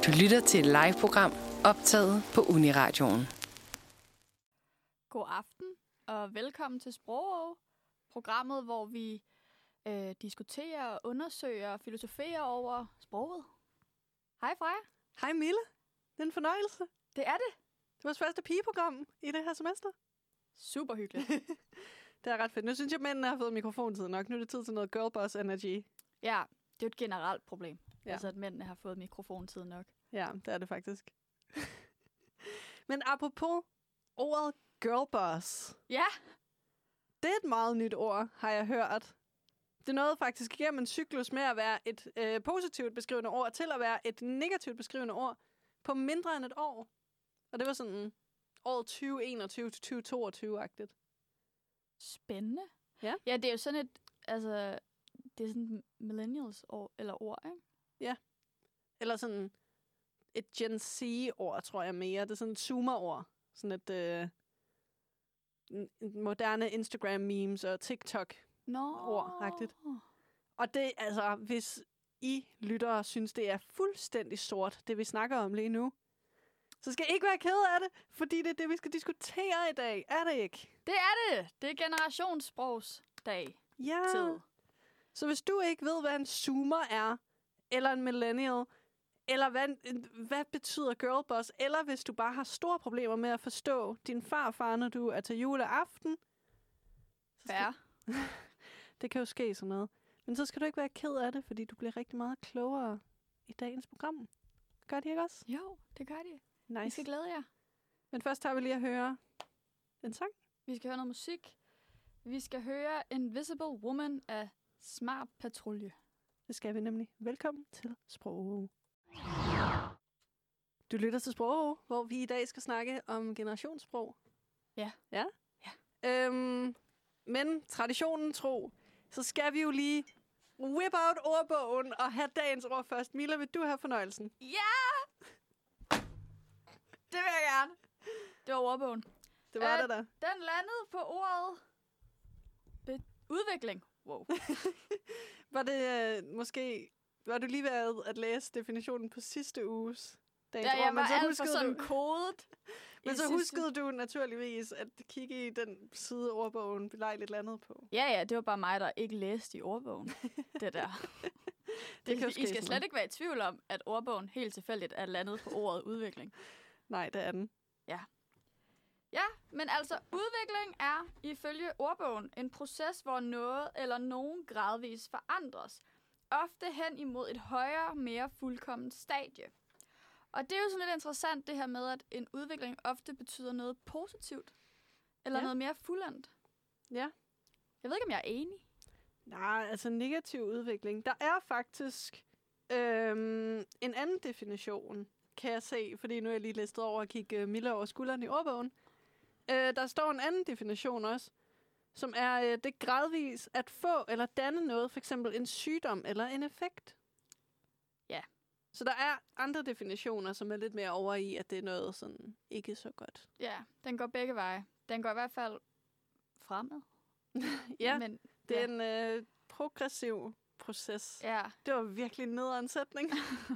Du lytter til et live-program optaget på Uniradioen. God aften og velkommen til Sprog, programmet, hvor vi diskuterer, undersøger og filosoferer over sproget. Hej Freja. Hej Mille. Det er en fornøjelse. Det er det. Det var vores første pigeprogram i det her semester. Super hyggeligt. Det er ret fedt. Nu synes jeg, at mændene har fået mikrofontid nok. Nu er det tid til noget girlboss energy. Ja, det er jo et generelt problem. Ja. Altså, at mændene har fået mikrofontid nok. Ja, det er det faktisk. Men apropos ordet girlboss. Ja. Det er et meget nyt ord, har jeg hørt. Det nåede faktisk igennem en cyklus med at være et positivt beskrivende ord til at være et negativt beskrivende ord på mindre end et år. Og det var sådan året 2021 til 2022-agtigt. Spændende. Ja. Ja, det er jo sådan et, altså, det er sådan et millennials-ord, eller ord, ikke? Ja. Eller sådan et Gen Z-ord, tror jeg mere. Det er sådan et zoomer-ord. Sådan et moderne Instagram-memes og TikTok-ord-agtigt. Og det, altså, hvis I lyttere synes, det er fuldstændig sort, det vi snakker om lige nu, så skal I ikke være ked af det, fordi det er det, vi skal diskutere i dag. Er det ikke? Det er det. Det er generationssprogsdag. Ja. Tid. Så hvis du ikke ved, hvad en zoomer er, eller en millennial, eller hvad betyder girlboss, eller hvis du bare har store problemer med at forstå din farfar, når du er til juleaften. Ja. Det kan jo ske sådan noget. Men så skal du ikke være ked af det, fordi du bliver rigtig meget klogere i dagens program. Gør de ikke også? Jo, det gør de. Nice. Vi skal glæde jer. Men først har vi lige at høre en sang. Vi skal høre noget musik. Vi skal høre Invisible Woman af Smart Patrulje. Det skal vi nemlig. Velkommen til Sprog. Du lytter til Sprog, hvor vi i dag skal snakke om generationssprog. Ja. Ja? Ja. Men traditionen tro, så skal vi jo lige whip out ordbogen og have dagens ord først. Mila, vil du have fornøjelsen? Ja! Det vil jeg gerne. Det var ordbogen. Det var det da. Den landede på ordet udvikling. Wow. Var det måske... Var du lige ved at læse definitionen på sidste uges dagens ord? Jeg var alt for sådan kodet. Men så huskede du naturligvis at kigge i den side ordbogen, belejligt landet på. Ja, det var bare mig, der ikke læste i ordbogen. Det der. I skal slet ikke være i tvivl om, at ordbogen helt tilfældigt er landet på ordet udvikling. Nej, det er den. Ja. Ja, men altså udvikling er ifølge ordbogen en proces, hvor noget eller nogen gradvis forandres. Ofte hen imod et højere, mere fuldkomment stadie. Og det er jo sådan lidt interessant det her med, at en udvikling ofte betyder noget positivt. Eller noget mere fuldendt. Ja. Jeg ved ikke, om jeg er enig. Nej, altså negativ udvikling. Der er faktisk en anden definition, kan jeg se, fordi nu er jeg lige listet over at kigge Mille over skulderen i ordbogen. Der står en anden definition også, som er det gradvis at få eller danne noget, for eksempel en sygdom eller en effekt. Ja. Så der er andre definitioner, som er lidt mere over i, at det er noget sådan ikke så godt. Ja, den går begge veje. Den går i hvert fald fremad. Ja, men, det er en progressiv proces. Ja. Det var virkelig en nederen sætning.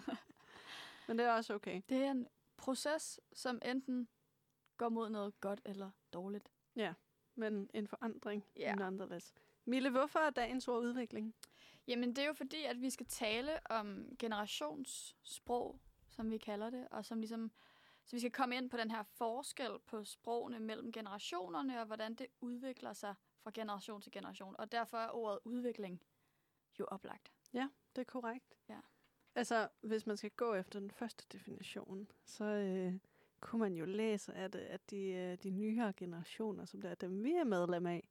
Men det er også okay. Det er en proces, som enten går mod noget godt eller dårligt. Ja, men en forandring nonetheless. Mille, hvorfor er dagens ord udvikling? Jamen, det er jo fordi, at vi skal tale om generationssprog, som vi kalder det, og som ligesom, så vi skal komme ind på den her forskel på sprogene mellem generationerne, og hvordan det udvikler sig fra generation til generation. Og derfor er ordet udvikling jo oplagt. Ja, det er korrekt. Ja. Altså, hvis man skal gå efter den første definition, så kunne man jo læse, at de nyere generationer, som det er dem, vi er medlem af,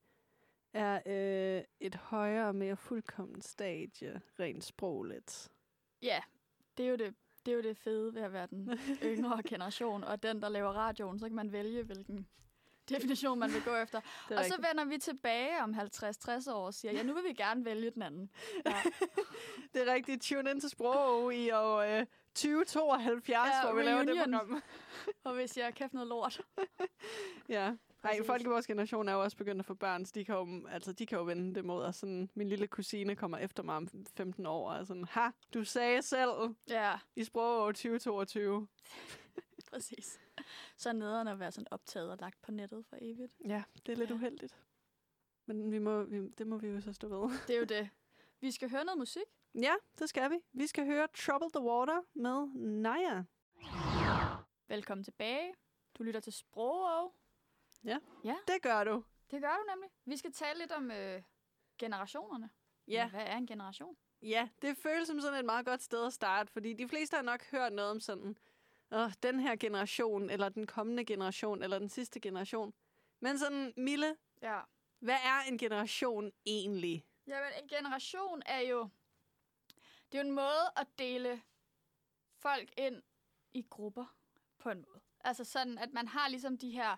er et højere og mere fuldkommen stadie, rent sprogligt. Ja, det er jo det fede ved at være den yngre generation, og den, der laver radioen, så kan man vælge, hvilken definition man vil gå efter. Og så vender vi tilbage om 50-60 år og siger, ja, nu vil vi gerne vælge den anden. Ja. Det er rigtigt. Tune ind til Sprog i år 2072, hvor vi laver det program. Og vi siger, kæft noget lort. Ja. Nej, folk i vores generation er jo også begyndt at få børn, så de kan jo vende det mod, og sådan, min lille kusine kommer efter mig om 15 år, og sådan, du sagde selv i sprogår 2022. Præcis. Så nederen at være sådan optaget og lagt på nettet for evigt. Ja, det er lidt uheldigt. Men det må vi jo så stå ved. Det er jo det. Vi skal høre noget musik. Ja, det skal vi. Vi skal høre Trouble the Water med Naya. Velkommen tilbage. Du lytter til Sprogov. Ja, det gør du. Det gør du nemlig. Vi skal tale lidt om generationerne. Ja. Hvad er en generation? Ja, det føles som sådan et meget godt sted at starte, fordi de fleste har nok hørt noget om sådan, den her generation, eller den kommende generation, eller den sidste generation. Men sådan, Mille, hvad er en generation egentlig? Jamen, en generation er jo... Det er jo en måde at dele folk ind i grupper på en måde. Altså sådan, at man har ligesom de her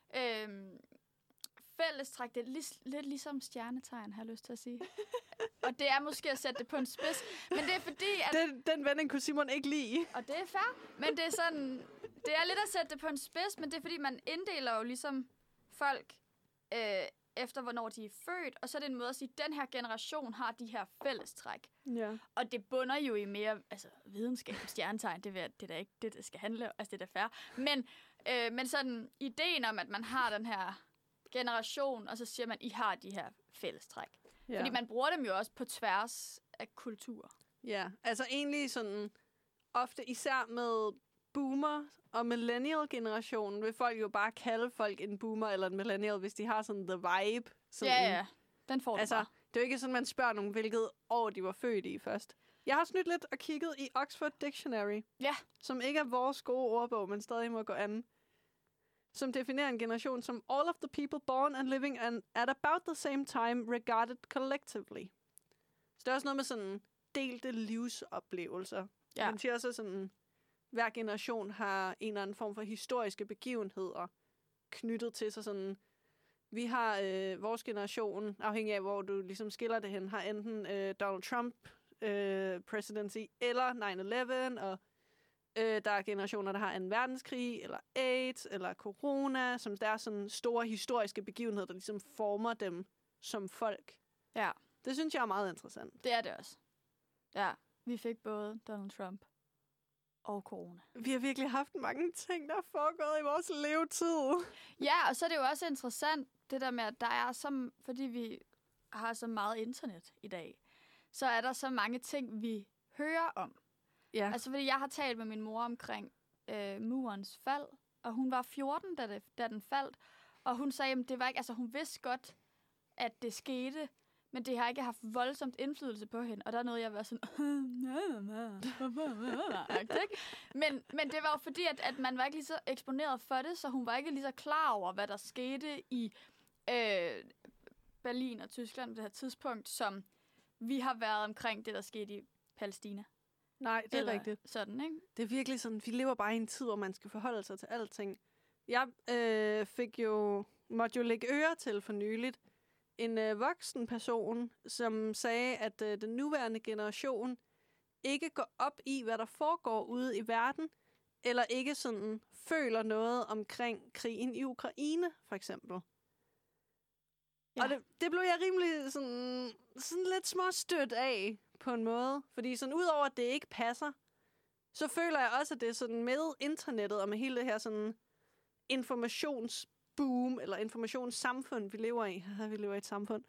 fællestræk. Det er lidt ligesom stjernetegn, har jeg lyst til at sige. Og det er måske at sætte det på en spids. Men det er fordi, at... Den vending kunne Simon ikke lide. Og det er fair. Men det er sådan... Det er lidt at sætte det på en spids, men det er fordi, man inddeler jo ligesom folk efter, hvornår de er født. Og så er det en måde at sige, at den her generation har de her fællestræk. Ja. Og det bunder jo i mere videnskab og stjernetegn. Det er da ikke det skal handle om. Altså, det er da fair. Men sådan ideen om, at man har den her generation, og så siger man, I har de her fællestræk. Ja. Fordi man bruger dem jo også på tværs af kultur. Ja, altså egentlig sådan ofte især med boomer og millennial-generationen vil folk jo bare kalde folk en boomer eller en millennial, hvis de har sådan the vibe. Sådan, ja. Den får du altså, bare. det er jo ikke sådan, man spørger nogen, hvilket år de var født i først. Jeg har snydt lidt og kigget i Oxford Dictionary, som ikke er vores gode ordbog, men stadig må gå an, som definerer en generation som all of the people born and living at about the same time regarded collectively. Så det er også noget med sådan delte livsoplevelser. Ja. Man siger også sådan, hver generation har en eller anden form for historiske begivenheder knyttet til sig. Sådan, vi har vores generation, afhængig af hvor du ligesom skiller det hen, har enten Donald Trump presidency eller 9/11, og der er generationer, der har en verdenskrig, eller AIDS, eller corona, som der er sådan store historiske begivenheder, der ligesom former dem som folk. Ja. Det synes jeg er meget interessant. Det er det også. Ja, vi fik både Donald Trump og corona. Vi har virkelig haft mange ting, der er foregået i vores levetid. Ja, og så er det jo også interessant, det der med, at der er så, fordi vi har så meget internet i dag, så er der så mange ting, vi hører om. Ja. Altså, fordi jeg har talt med min mor omkring murens fald, og hun var 14, da den faldt, og hun sagde, at det var ikke, altså hun vidste godt, at det skete, men det har ikke haft voldsomt indflydelse på hende, og der er noget, jeg var sådan, men det var jo fordi, at man var ikke lige så eksponeret for det, så hun var ikke lige så klar over, hvad der skete i Berlin og Tyskland på det her tidspunkt, som vi har været omkring det, der skete i Palæstina. Nej, det er rigtigt. Sådan, ikke? Det er virkelig sådan, vi lever bare i en tid, hvor man skal forholde sig til alting. Jeg måtte jo lægge øre til for nyligt en voksen person, som sagde, at den nuværende generation ikke går op i, hvad der foregår ude i verden, eller ikke sådan føler noget omkring krigen i Ukraine, for eksempel. Ja. Og det blev jeg rimelig sådan lidt småstødt af, på en måde. Fordi sådan, udover at det ikke passer, så føler jeg også, at det er sådan med internettet og med hele det her sådan informationsboom, eller informationssamfund, vi lever i. Vi lever i et samfund.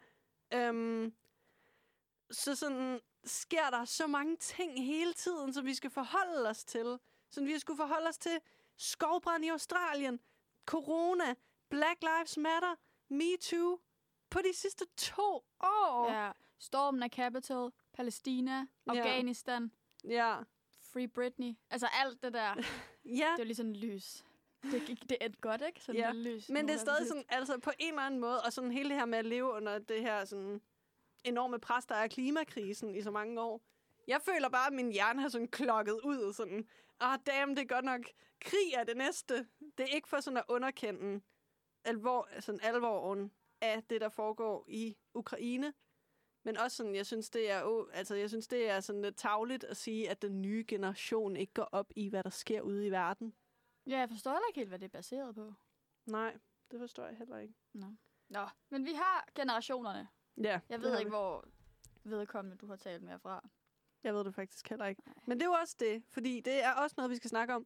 Så sådan sker der så mange ting hele tiden, som vi skal forholde os til. Som vi skulle forholde os til skovbrand i Australien, corona, Black Lives Matter, MeToo, på de sidste 2 år. Ja, stormen af Capitol, Palæstina, Afghanistan, Free Britney. Altså alt det der. Det er jo lige sådan lys. Det er godt, ikke? Sådan lys. Men det er stadig sådan, altså på en eller anden måde, og sådan hele det her med at leve under det her sådan enorme pres, der er klimakrisen i så mange år. Jeg føler bare, at min hjerne har sådan klokket ud, sådan, damn, det er godt nok, krig er det næste. Det er ikke for sådan at underkende alvoren af det, der foregår i Ukraine. Men også sådan, jeg synes, det er sådan lidt tarveligt at sige, at den nye generation ikke går op i, hvad der sker ude i verden. Ja, jeg forstår heller ikke helt, hvad det er baseret på. Nej, Det forstår jeg heller ikke. Nå, men vi har generationerne. Ja, Jeg det ved har ikke, vi. hvor vedkommende du har talt med fra. Jeg ved det faktisk heller ikke. Men det er jo også det, fordi det er også noget, vi skal snakke om.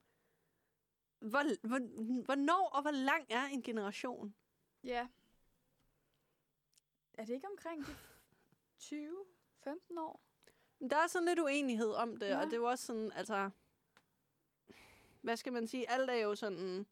Hvornår og hvor lang er en generation? Ja. Er det ikke omkring de 20-15 år? Der er sådan lidt uenighed om det, Ja. og det er jo også sådan, altså... Hvad skal man sige? Alt er jo sådan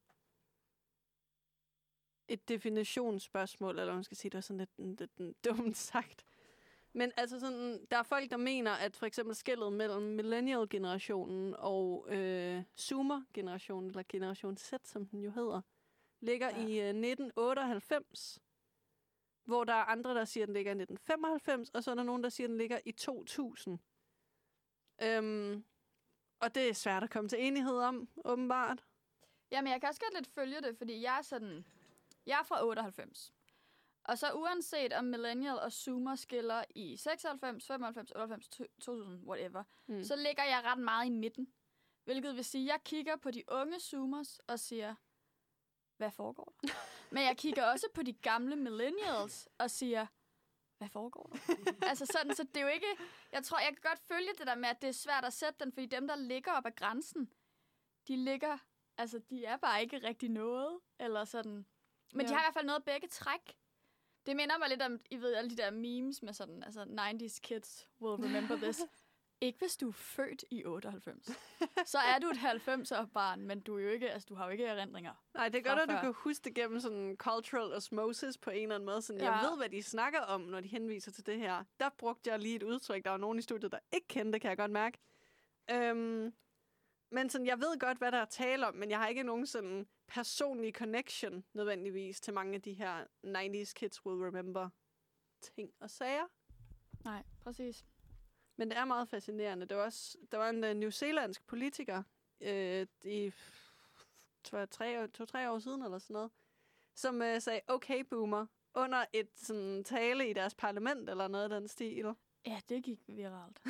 et definitionsspørgsmål, eller man skal sige, det er sådan lidt dumt sagt. Men altså sådan, der er folk, der mener, at for eksempel skellet mellem millennial-generationen og Zoomer-generationen, eller generation Z, som den jo hedder, ligger i 1998. Hvor der er andre, der siger, at den ligger i 1995, og så er der nogen, der siger, at den ligger i 2000. Og det er svært at komme til enighed om, åbenbart. Jamen, jeg kan også godt lidt følge det, fordi jeg er fra 98. Og så uanset om millennial og zoomer skiller i 96, 95, 98, 2000, whatever, så ligger jeg ret meget i midten. Hvilket vil sige, at jeg kigger på de unge zoomers og siger, hvad foregår der? Men jeg kigger også på de gamle millennials og siger, hvad foregår der? Altså sådan, så det er jo ikke... Jeg tror, jeg kan godt følge det der med, at det er svært at sætte den, fordi dem, der ligger op ad grænsen, de er bare ikke rigtig noget, eller sådan. Men de har i hvert fald noget af begge træk. Det minder mig lidt om, I ved, alle de der memes med sådan, altså 90's kids will remember this. Ikke hvis du er født i 98. Så er du et 90'er barn, men du er jo ikke, altså du har jo ikke erindringer. Nej, det er godt, at du kan huske det gennem sådan cultural osmosis på en eller anden måde. Sådan, jeg ved, hvad de snakker om, når de henviser til det her. Der brugte jeg lige et udtryk, der var nogen i studiet, der ikke kendte, kan jeg godt mærke. Men sådan, jeg ved godt, hvad der er tale om, men jeg har ikke nogen sådan personlig connection nødvendigvis til mange af de her 90's kids will remember ting og sager. Nej, præcis. Men det er meget fascinerende. Der var en newzealandsk politiker i 2-3 år siden eller sådan noget, som sagde, okay boomer, under et sådan tale i deres parlament eller noget af den stil. Ja, det gik viralt.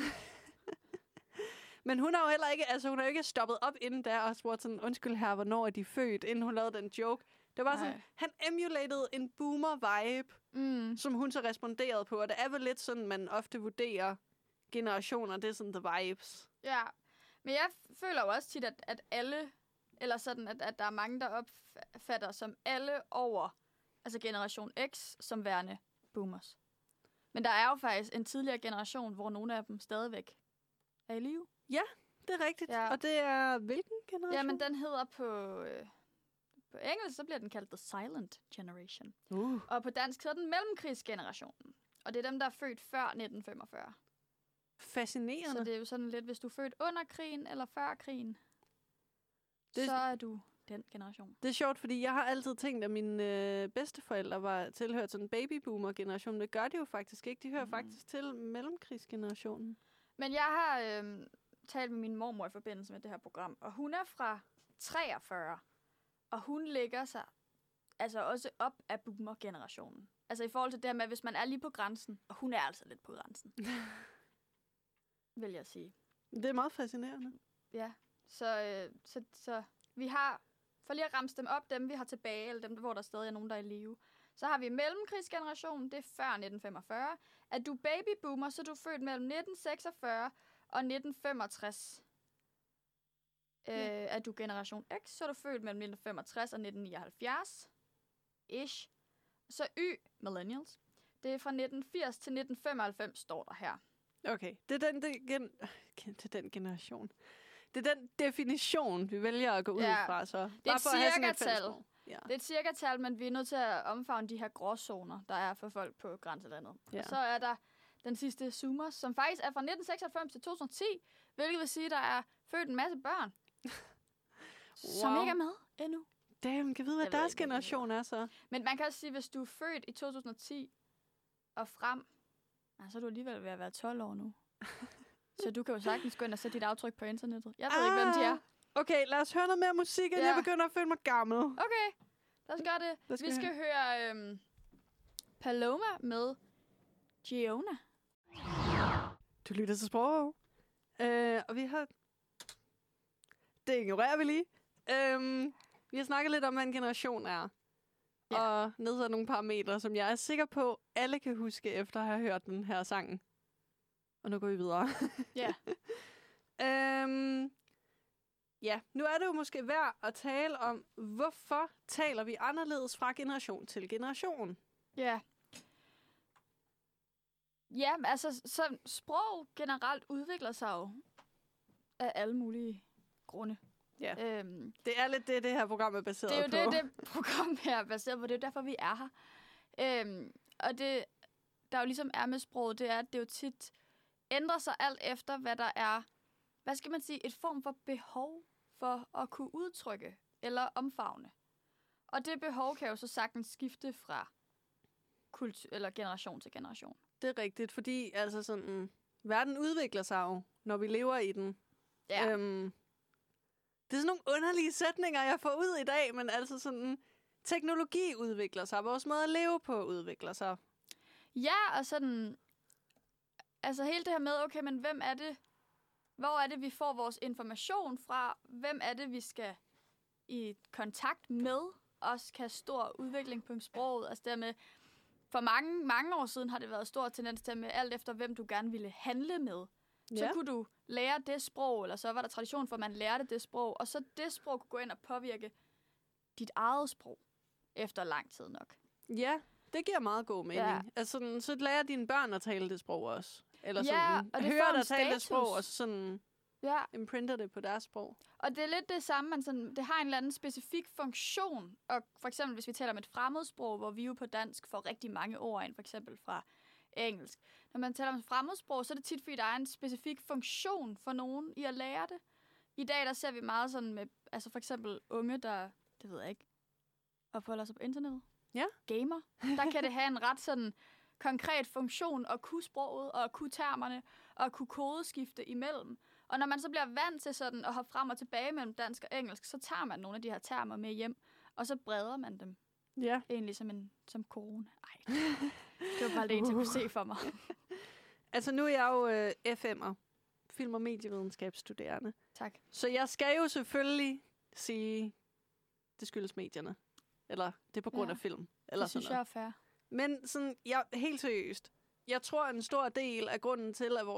Men hun har jo heller ikke, altså hun har jo ikke stoppet op inden der og spurgt sådan, undskyld her, hvornår er de født, inden hun lavede den joke. Det var sådan, han emulated en boomer-vibe, som hun så responderede på, og det er vel lidt sådan, man ofte vurderer generationer, det er sådan the vibes. Ja, men jeg føler jo også tit, at alle, eller sådan, at der er mange, der opfatter som alle over, altså generation X, som værende boomers. Men der er jo faktisk en tidligere generation, hvor nogle af dem stadigvæk er i live. Ja, det er rigtigt. Ja. Og det er hvilken generation? Jamen, den hedder på engelsk, så bliver den kaldt The Silent Generation. Og på dansk hedder den Mellemkrigsgenerationen. Og det er dem, der er født før 1945. Fascinerende. Så det er jo sådan lidt, hvis du er født under krigen eller før krigen, så er du den generation. Det er sjovt, fordi jeg har altid tænkt, at mine bedsteforældre var tilhørt sådan en babyboomer-generation. Det gør de jo faktisk ikke. De hører faktisk til mellemkrigsgenerationen. Men jeg har talt med min mormor i forbindelse med det her program, og hun er fra 43, og hun lægger sig altså også op af boomer-generationen. Altså i forhold til det her med, hvis man er lige på grænsen, og hun er altså lidt på grænsen, vil jeg sige. Det er meget fascinerende. Ja, så vi har, for lige at ramse dem op, dem vi har tilbage, eller dem, hvor der stadig er nogen, der er i live, så har vi mellemkrigsgenerationen, det er før 1945. Er du babyboomer, så er du født mellem 1946 og 1965. Er du generation X, så er du født mellem 1965 og 1979. Ish. Så millennials. Det er fra 1980 til 1995, står der her. Okay, det er den generation. Det er den definition, vi vælger at gå ud fra. Så. Det er et cirka-tal. Ja. Det er et cirka-tal, men vi er nødt til at omfavne de her gråzoner, der er for folk på grænselandet. Ja. Og så er der den sidste zoomers, som faktisk er fra 1996 til 2010, hvilket vil sige, at der er født en masse børn, som ikke er med endnu. Damn, kan vide, hvad deres generation er så. Men man kan også sige, hvis du er født i 2010 og frem, så er du alligevel ved at være 12 år nu. Så du kan jo sagtens gå ind og sætte dit aftryk på internettet. Jeg ved ikke, hvem de er. Okay, lad os høre noget mere musik, inden jeg begynder at føle mig gammel. Okay, lad os gøre det. Vi skal høre Paloma med Giona. Du lytter til Sprog. Og vi har... Det ignorerer vi lige. Vi har snakket lidt om, hvad en generation er. og nedsætte nogle parametre, som jeg er sikker på, alle kan huske efter at have hørt den her sang. Og nu går vi videre. Ja. Ja, nu er det jo måske værd at tale om, hvorfor taler vi anderledes fra generation til generation? Ja. Ja, altså, så sprog generelt udvikler sig jo af alle mulige grunde. Ja. Det er lidt det her program er baseret på. Det er jo det program her er baseret på. Det er jo derfor, vi er her. Og det, der jo ligesom er med sproget, det er, at det jo tit ændrer sig alt efter, hvad der er, hvad skal man sige, et form for behov for at kunne udtrykke eller omfavne. Og det behov kan jo så sagtens skifte fra eller generation til generation. Det er rigtigt, fordi altså sådan, verden udvikler sig jo, når vi lever i den. Ja. Det er sådan nogle underlige sætninger, jeg får ud i dag, men altså sådan, teknologi udvikler sig, vores måde at leve på udvikler sig. Ja, og sådan, altså hele det her med, okay, men hvem er det, hvor er det, vi får vores information fra? Hvem er det, vi skal i kontakt med? Også kan stor udvikling på sproget. Altså dermed, for mange år siden har det været stor tendens til, med alt efter, hvem du gerne ville handle med. Ja. Så kunne du lære det sprog, eller så var der tradition for, at man lærte det sprog, og så det sprog kunne gå ind og påvirke dit eget sprog efter lang tid nok. Ja, det giver meget god mening. Ja. Altså, så lærer dine børn at tale det sprog også. Eller sådan, og det hører dig at tale det sprog, og sådan imprinter det på deres sprog. Og det er lidt det samme, man sådan, det har en eller anden specifik funktion. Og for eksempel, hvis vi taler om et fremmedsprog, hvor vi jo på dansk får rigtig mange ord ind, for eksempel fra engelsk. Når man taler om et fremmedsprog, så er det tit, fordi der er en specifik funktion for nogen i at lære det. I dag, der ser vi meget sådan med, altså for eksempel unge, der, det ved jeg ikke, opholder sig på internettet. Ja. Gamer. Der kan det have en ret sådan konkret funktion at kunne sproget, og kunne termerne, og kunne kodeskifte imellem. Og når man så bliver vant til sådan at hoppe frem og tilbage mellem dansk og engelsk, så tager man nogle af de her termer med hjem, og så breder man dem. Ja. Egentlig som corona. Ej, det var bare det, jeg kunne se for mig. Altså nu er jeg jo FM'er, film- og medievidenskabsstuderende. Tak. Så jeg skal jo selvfølgelig sige, det skyldes medierne. Eller det er på grund af film. Eller det synes jeg er fair. Men sådan, helt seriøst. Jeg tror, en stor del af grunden til, at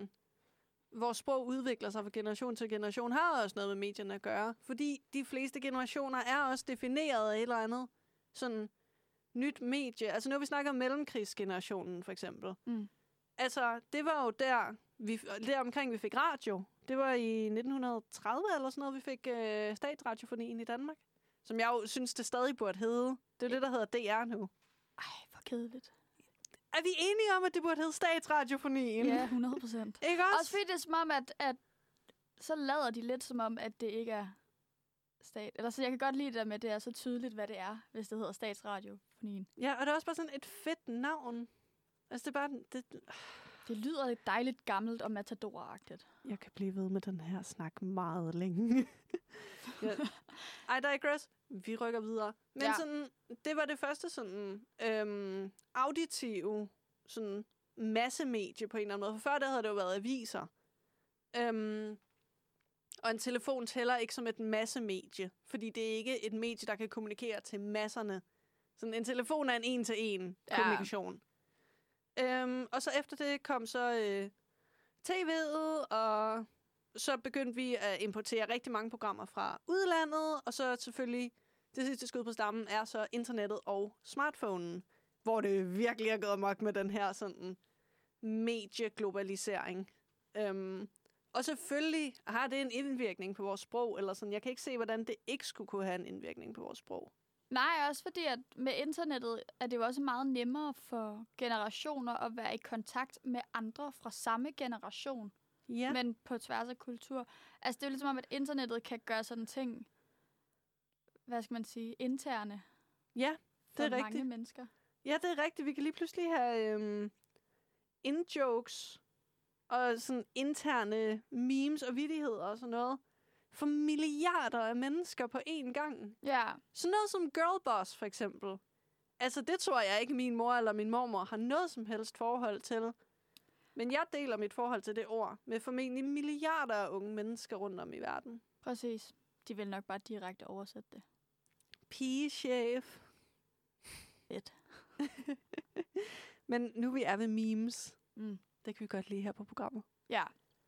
vores sprog udvikler sig fra generation til generation, har også noget med medierne at gøre. Fordi de fleste generationer er også defineret af et eller andet sådan nyt medie. Altså nu har vi snakket om mellemkrigsgenerationen, for eksempel. Mm. Altså, det var jo der omkring vi fik radio. Det var i 1930 eller sådan noget, vi fik statsradiofonien i Danmark. Som jeg jo synes, det stadig burde hedde. Det er det, der hedder DR nu. Ej, hvor kedeligt. Er vi enige om, at det burde hedde statsradiofonien? Ja, 100%. Ikke også? Også fordi det er som om, at så lader de lidt som om, at det ikke er stat. Eller så jeg kan godt lide det der med, at det er så tydeligt, hvad det er, hvis det hedder statsradiofonien. Ja, og det er også bare sådan et fedt navn. Altså det er bare... Det lyder lidt dejligt gammelt og matador-agtigt. Jeg kan blive ved med den her snak meget længe. Ja. I digress. Vi rykker videre. Men sådan, det var det første sådan auditive sådan massemedie på en eller anden måde. For før det havde det jo været aviser. Og en telefon tæller ikke som et massemedie, fordi det er ikke et medie, der kan kommunikere til masserne. Sådan en telefon er en en-til-en kommunikation. Og så efter det kom så tv'et, og så begyndte vi at importere rigtig mange programmer fra udlandet, og så selvfølgelig det sidste skud på stammen er så internettet og smartphonen, hvor det virkelig er gået amok med den her sådan medieglobalisering. Og selvfølgelig har det en indvirkning på vores sprog, eller sådan. Jeg kan ikke se, hvordan det ikke skulle kunne have en indvirkning på vores sprog. Nej, også fordi, at med internettet er det jo også meget nemmere for generationer at være i kontakt med andre fra samme generation, men på tværs af kultur. Altså, det er jo ligesom om, at internettet kan gøre sådan ting, hvad skal man sige, interne. Ja, det er for rigtigt. Mange mennesker. Ja, det er rigtigt. Vi kan lige pludselig have in-jokes og sådan interne memes og vittigheder og sådan noget for milliarder af mennesker på én gang. Ja. Sådan noget som girlboss, for eksempel. Altså, det tror jeg ikke, min mor eller min mormor har noget som helst forhold til. Men jeg deler mit forhold til det ord med formentlig milliarder af unge mennesker rundt om i verden. Præcis. De vil nok bare direkte oversætte det. Pigechef. Fedt. Men nu vi er ved memes, Mm. det kan vi godt lide her på programmet. Ja.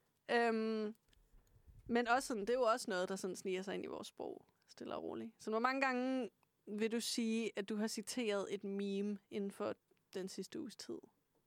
Men også sådan, det er jo også noget, der sådan sniger sig ind i vores sprog, stille og roligt. Så hvor mange gange vil du sige, at du har citeret et meme inden for den sidste uges tid?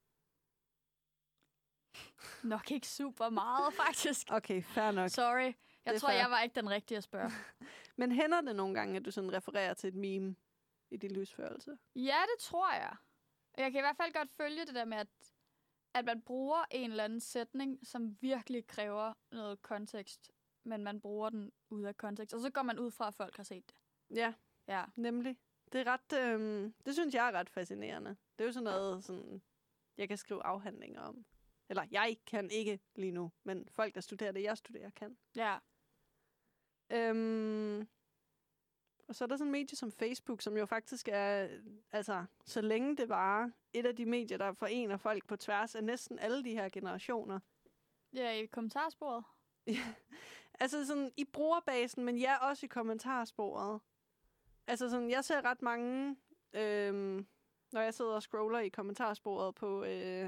Nok ikke super meget, faktisk. Okay, fair nok. Sorry. Jeg tror, fair. jeg var ikke den rigtige at spørge. Men hænder det nogle gange, at du sådan refererer til et meme i din livsførelse? Ja, det tror jeg. Jeg kan i hvert fald godt følge det der med, at man bruger en eller anden sætning, som virkelig kræver noget kontekst, men man bruger den ud af kontekst. Og så går man ud fra, at folk har set det. Ja, Ja. nemlig. Det er ret, det synes jeg er ret fascinerende. Det er jo sådan noget, sådan, jeg kan skrive afhandlinger om. Eller jeg kan ikke lige nu, men folk, der studerer det, jeg studerer, kan. Ja. Og så er der sådan en medie som Facebook, som jo faktisk er, altså, så længe det varer, et af de medier, der forener folk på tværs af næsten alle de her generationer. Ja, i kommentarsporet. Altså sådan i brugerbasen, men ja, også i kommentarsporet. Altså sådan, jeg ser ret mange, når jeg sidder og scroller i kommentarsporet på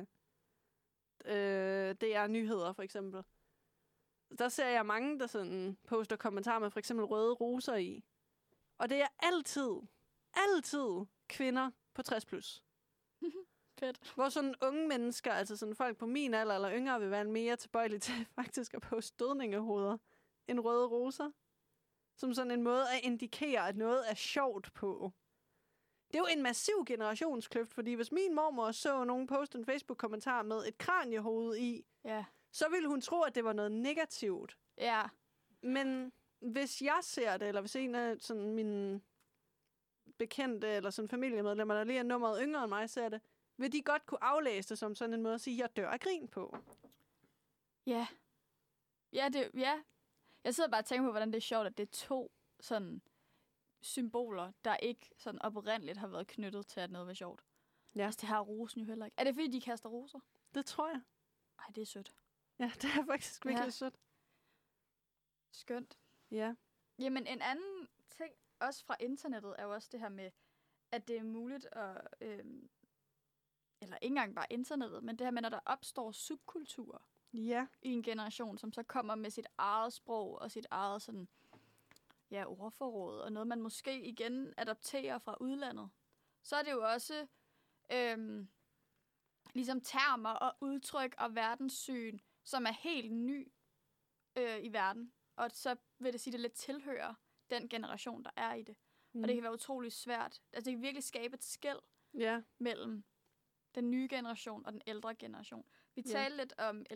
DR Nyheder for eksempel. Der ser jeg mange, der sådan poster kommentarer med for eksempel røde roser i. Og det er altid kvinder på 60 plus. Fedt. Hvor sådan unge mennesker, altså sådan folk på min alder eller yngre, vil være mere tilbøjelige til faktisk at poste dødningehoveder end røde roser. Som sådan en måde at indikere, at noget er sjovt på. Det er jo en massiv generationskløft, fordi hvis min mormor så nogen poste en Facebook-kommentar med et kraniehoved i, Ja. så ville hun tro, at det var noget negativt. Ja. Men hvis jeg ser det, eller hvis en af sådan mine bekendte eller sådan familiemedlemmer, der lige er nummeret yngre end mig, ser det, vil de godt kunne aflæse det som sådan en måde at sige, jeg dør af grin på. Ja. Ja. Jeg sidder bare og tænker på, hvordan det er sjovt, at det er to sådan symboler, der ikke sådan oprindeligt har været knyttet til, at noget var sjovt. Ja. Altså, det har rosen jo heller ikke. Er det, fordi de kaster roser? Det tror jeg. Ej, det er sødt. Ja, det er faktisk virkelig sødt. Skønt. Ja. Jamen, en anden ting, også fra internettet, er jo også det her med, at det er muligt at... eller ikke engang bare internettet, men det her med, når der opstår subkulturer Ja. i en generation, som så kommer med sit eget sprog og sit eget sådan, ja, ordforråd, og noget, man måske igen adopterer fra udlandet, så er det jo også ligesom termer og udtryk og verdenssyn, som er helt ny i verden. Og så vil det sige, at det lidt tilhører den generation, der er i det. Og det kan være utrolig svært. Altså, det kan virkelig skabe et skel mellem den nye generation og den ældre generation. Vi talte lidt om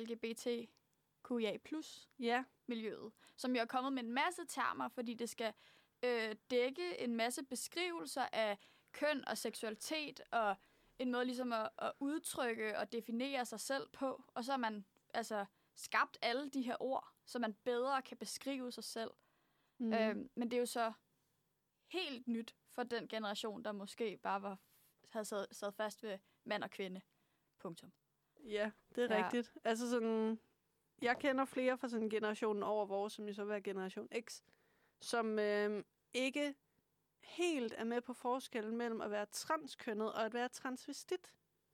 LGBTQIA+-miljøet, som jo er kommet med en masse termer, fordi det skal dække en masse beskrivelser af køn og seksualitet, og en måde ligesom at udtrykke og definere sig selv på. Og så har man altså skabt alle de her ord, så man bedre kan beskrive sig selv. Men det er jo så helt nyt for den generation, der måske bare havde sad fast ved mand og kvinde. Punktum. Ja, det er rigtigt. Altså sådan, jeg kender flere fra sådan generationen over vores, som jo så var generation X, som ikke helt er med på forskellen mellem at være transkønnet og at være transvestit.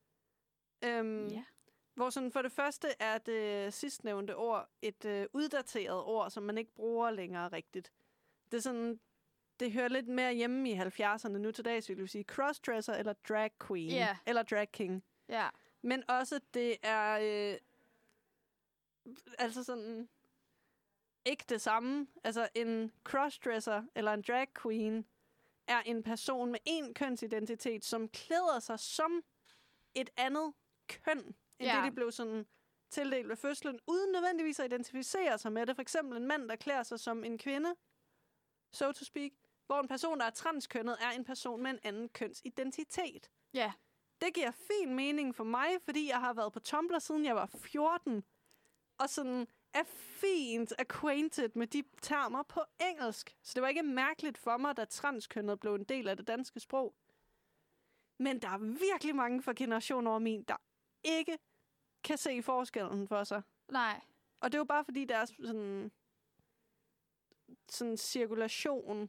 Hvor sådan for det første er det sidstnævnte ord et uddateret ord, som man ikke bruger længere rigtigt. Det er sådan, det hører lidt mere hjemme i 70'erne nu til dags, vil du sige crossdresser eller drag queen eller drag king. Ja. Men også det er altså sådan ikke det samme. Altså en crossdresser eller en drag queen er en person med en kønsidentitet, som klæder sig som et andet køn, end det de blev sådan tildelt ved fødslen, uden nødvendigvis at identificere sig med det. For eksempel en mand, der klæder sig som en kvinde, so to speak, hvor en person, der er transkønnet, er en person med en anden kønsidentitet. Ja. Det giver fin mening for mig, fordi jeg har været på Tumblr, siden jeg var 14, og sådan er fint acquainted med de termer på engelsk. Så det var ikke mærkeligt for mig, da transkønnet blev en del af det danske sprog. Men der er virkelig mange fra generationer over min, der ikke kan se forskellen for sig. Nej. Og det er jo bare fordi, der er sådan cirkulation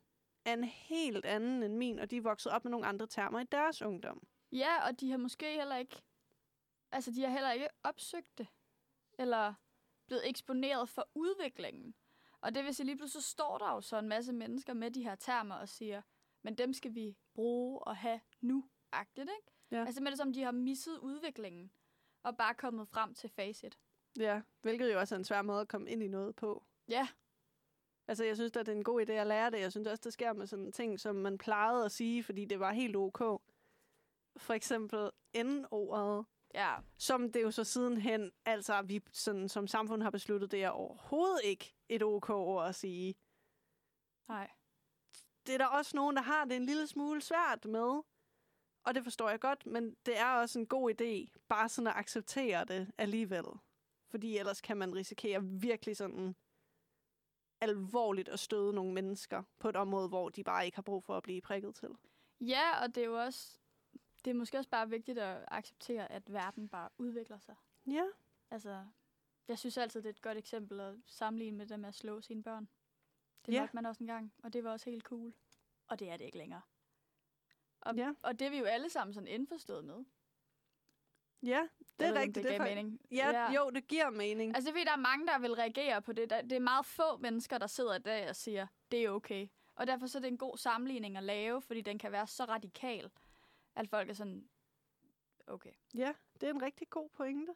er en helt anden end min, og de er vokset op med nogle andre termer i deres ungdom. Ja, og de har måske heller ikke... Altså, de har heller ikke opsøgt det. Eller blevet eksponeret for udviklingen. Og det vil sige, lige pludselig så står der jo så en masse mennesker med de her termer og siger, men dem skal vi bruge og have nu-agtigt, ikke? Ja. Altså med det som, de har misset udviklingen og bare kommet frem til facit. Ja, hvilket jo også er en svær måde at komme ind i noget på. Ja. Altså, jeg synes, at det er en god idé at lære det. Jeg synes også, det sker med sådan ting, som man plejede at sige, fordi det var helt ok. For eksempel N-ordet, Ja. som det jo så sidenhen, altså vi sådan, som samfund har besluttet, det er overhovedet ikke et ok-ord at sige. Nej. Det er der også nogen, der har det en lille smule svært med. Og det forstår jeg godt, men det er også en god idé, bare sådan at acceptere det alligevel. Fordi ellers kan man risikere virkelig sådan alvorligt at støde nogle mennesker på et område, hvor de bare ikke har brug for at blive prikket til. Ja, og det er jo også... Det er måske også bare vigtigt at acceptere, at verden bare udvikler sig. Ja. Altså, jeg synes altid, det er et godt eksempel at sammenligne med det med at slå sine børn. Det Ja. måtte man også engang, og det var også helt cool. Og det er det ikke længere. Ja. Og det er vi jo alle sammen sådan indforstået med. Ja, det Jeg er ved, om rigtigt. Det gav er mening. Ja, jo, det giver mening. Altså, det er fordi, der er mange, der vil reagere på det. Det er meget få mennesker, der sidder i dag og siger, det er okay. Og derfor så er det en god sammenligning at lave, fordi den kan være så radikal, at folk er sådan, okay. Ja, det er en rigtig god pointe.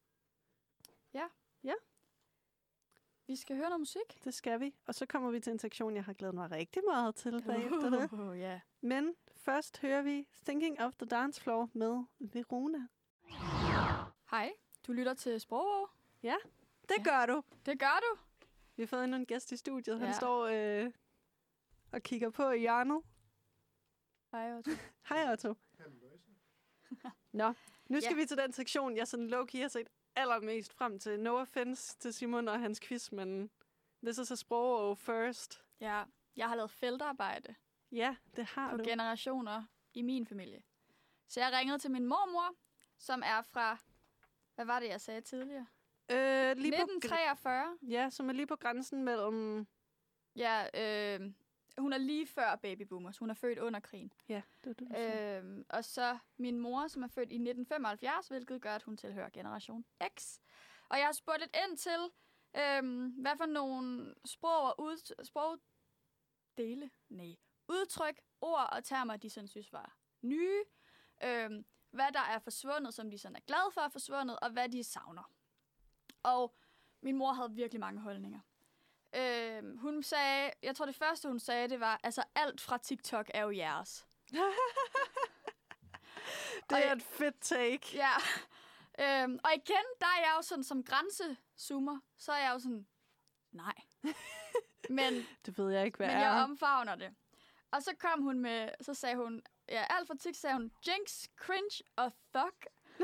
Vi skal høre noget musik. Det skal vi. Og så kommer vi til en sektion, jeg har glædet mig rigtig meget til bagefter det. Ja. Men først hører vi Thinking of the Dance Floor med Verona. Hej, du lytter til Sprogår. Det gør du. Det gør du. Vi har fået endnu en gæst i studiet. Han Ja. står og kigger på i hjørnet. Hej, Otto. Hej Otto. Nå, nu skal vi til den sektion, jeg sådan low-key har set allermest frem til. No offense til Simon og hans quiz, men this is a Sprogår first. Ja, jeg har lavet feltarbejde Ja, det har på du. generationer i min familie. Så jeg ringede til min mormor, som er fra, hvad var det, jeg sagde tidligere? Lige på 1943. ja, som er lige på grænsen mellem... Ja, hun er lige før babyboomers. Hun er født under krigen. Ja, det er det, Og så min mor, som er født i 1975, hvilket gør, at hun tilhører generation X. Og jeg har spurgt lidt ind til, hvad for nogle udtryk, ord og termer, de sådan synes var nye. Hvad der er forsvundet, som de sådan er glade for er forsvundet, og hvad de savner. Og min mor havde virkelig mange holdninger. Hun sagde, jeg tror det første hun sagde, det var, altså alt fra TikTok er jo jeres. Det er et fedt take. Ja. Og igen, der er jeg jo sådan som grænsezoomer, så er jeg jo sådan, nej. Men, Det ved jeg ikke, hvad men er. jeg omfavner det. Og så kom hun med, så sagde hun, ja, alt fra TikTok sagde hun, jinx, cringe og thug.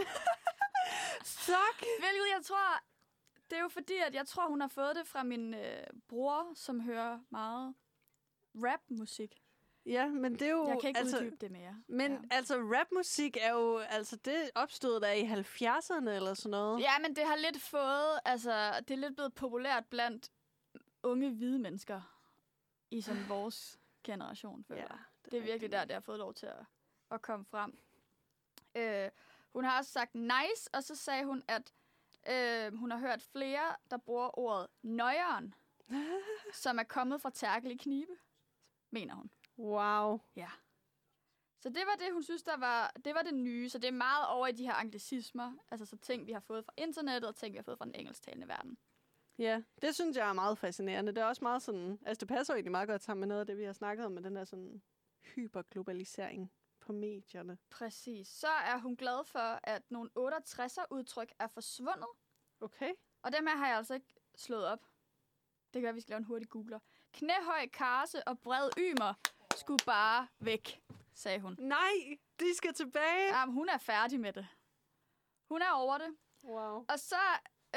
Suck! Hvilket jeg tror, det er jo fordi, at jeg tror, hun har fået det fra min bror, som hører meget rapmusik. Ja, men det er jo... Jeg kan ikke uddybe det mere. Men Ja. altså, rapmusik er jo... Altså, det opstod der i 70'erne eller sådan noget. Ja, men det har lidt fået... Altså, det er lidt blevet populært blandt unge hvide mennesker i sådan vores generation, føler jeg. Det er virkelig der, det har fået lov til at komme frem. Hun har også sagt nice, og så sagde hun, at hun har hørt flere, der bruger ordet nøjeren, som er kommet fra tærkel i knibe, mener hun. Wow. Ja. Så det var det, hun synes, det var det nye. Så det er meget over i de her anglicismer. Altså så ting, vi har fået fra internettet, og ting, vi har fået fra den engelsktalende verden. Ja, det synes jeg er meget fascinerende. Det er også meget sådan... Altså, det passer jo egentlig meget godt sammen med noget af det, vi har snakket om, med den der sådan hyperglobalisering på medierne. Præcis. Så er hun glad for, at nogle 68'er-udtryk er forsvundet. Okay. Og dem her har jeg altså ikke slået op. Det gør, at vi skal lave en hurtig googler. Knæhøj karse og bred ymer skulle bare væk, sagde hun. Nej, de skal tilbage. Jamen, hun er færdig med det. Hun er over det. Wow. Og så,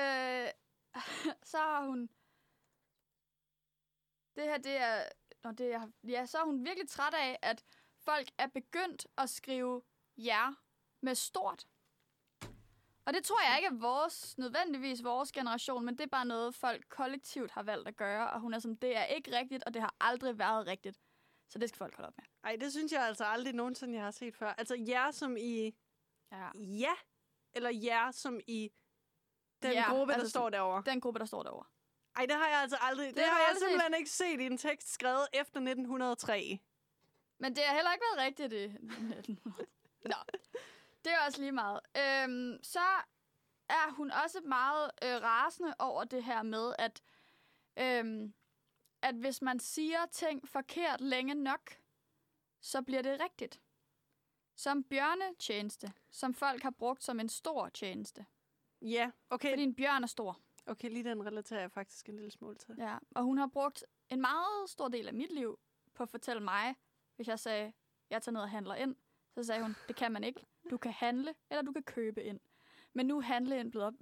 så har hun... Det her, det er... Ja, så er hun virkelig træt af, at folk er begyndt at skrive jer med stort. Og det tror jeg ikke er nødvendigvis vores generation, men det er bare noget, folk kollektivt har valgt at gøre. Og hun er sådan, det er ikke rigtigt, og det har aldrig været rigtigt. Så det skal folk holde op med. Ej, det synes jeg altså aldrig nogensinde, jeg har set før. Altså jer som i ja, eller jer som i den gruppe, der står derovre. Den gruppe, der står derovre. Ej, det har jeg altså aldrig. Det har jeg simpelthen ikke set i en tekst skrevet efter 1903. Men det har heller ikke været rigtigt, det. Nå, det er også lige meget. Så er hun også meget rasende over det her med, at hvis man siger ting forkert længe nok, så bliver det rigtigt. Som bjørnetjeneste, som folk har brugt som en stor tjeneste. Ja, okay. Fordi en bjørn er stor. Okay, lige den relaterer jeg faktisk en lille smule til. Ja, og hun har brugt en meget stor del af mit liv på at fortælle mig, hvis jeg sagde, jeg tager ned og handler ind, så sagde hun, det kan man ikke. Du kan handle, eller du kan købe ind. Men nu er handle ind blevet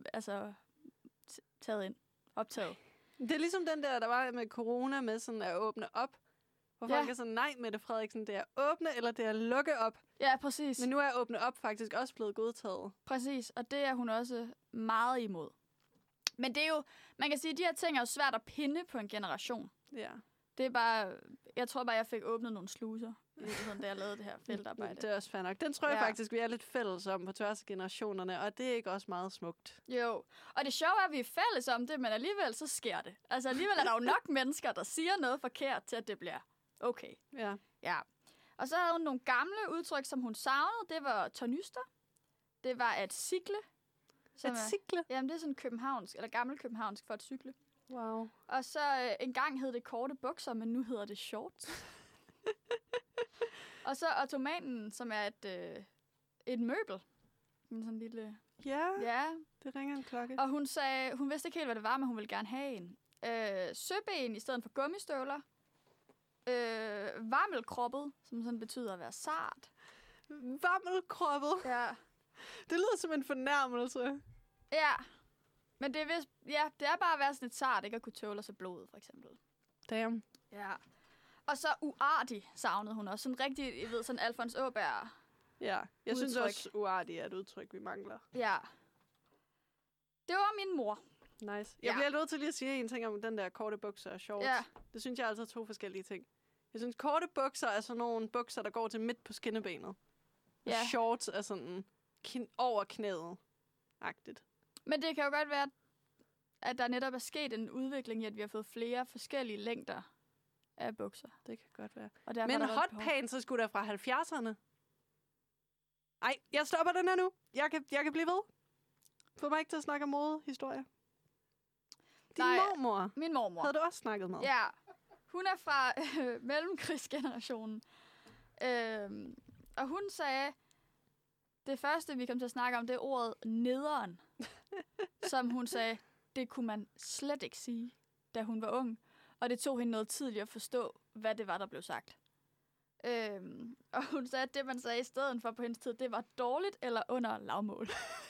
taget ind. Optaget. Det er ligesom den der var med corona, med sådan at åbne op. Hvor folk er sådan, nej, Mette Frederiksen, det er åbne, eller det er lukke op. Ja, præcis. Men nu er åbne op faktisk også blevet godtaget. Præcis, og det er hun også meget imod. Men det er jo, man kan sige, at de her ting er jo svært at pinde på en generation. Ja. Det er bare, jeg tror bare, jeg fik åbnet nogle sluser, da jeg lavede det her feltarbejde. Det er også fair nok. Den tror jeg faktisk, vi er lidt fælles om på tværs af generationerne, og det er ikke også meget smukt. Jo, og det sjove er, at vi er fælles om det, men alligevel så sker det. Altså alligevel er der jo nok mennesker, der siger noget forkert til, at det bliver okay. Ja. Ja. Og så havde hun nogle gamle udtryk, som hun savnede. Det var tornyster. Det var at cykle. At cykle? Jamen, det er sådan københavnsk, eller gammel københavnsk for at cykle. Wow. Og så engang hed det korte bukser, men nu hedder det shorts. Og så ottomanen, som er et møbel. En sådan lille... Ja, det ringer en klokke. Og hun sagde, hun vidste ikke helt, hvad det var, men hun ville gerne have en. Søben i stedet for gummistøvler. Varmelkroppet, som sådan betyder at være sart. Varmelkroppet? Ja. Det lyder som en fornærmelse. Ja. Men det er, det er bare at være sådan et sart, ikke at kunne tåle sig blodet, for eksempel. Damn. Ja. Og så uartig savnede hun også. Sådan rigtig, jeg ved, sådan Alfons Åberg. Ja, jeg synes også, uartig er et udtryk, vi mangler. Ja. Det var min mor. Nice. Jeg bliver nødt til lige at sige en ting om den der korte bukser og shorts. Ja. Det synes jeg altså er to forskellige ting. Jeg synes, korte bukser er sådan nogle bukser, der går til midt på skinnebenet. Ja. Og shorts er sådan over knæet-agtigt. Men det kan jo godt være, at der netop er sket en udvikling i, at vi har fået flere forskellige længder af bukser. Det kan godt være. Og men hotpants er sgu da fra 70'erne. Ej, jeg stopper den her nu. Jeg kan blive ved. Få mig ikke til at snakke om modehistorie. Din mormor. Min mormor. Havde du også snakket med? Ja. Hun er fra mellemkrigsgenerationen. Og hun sagde, det første, vi kom til at snakke om, det er ordet nederen. Som hun sagde, det kunne man slet ikke sige, da hun var ung. Og det tog hende noget tidligt at forstå, hvad det var, der blev sagt. Og hun sagde, at det, man sagde i stedet for på hendes tid, det var dårligt eller under lavmål.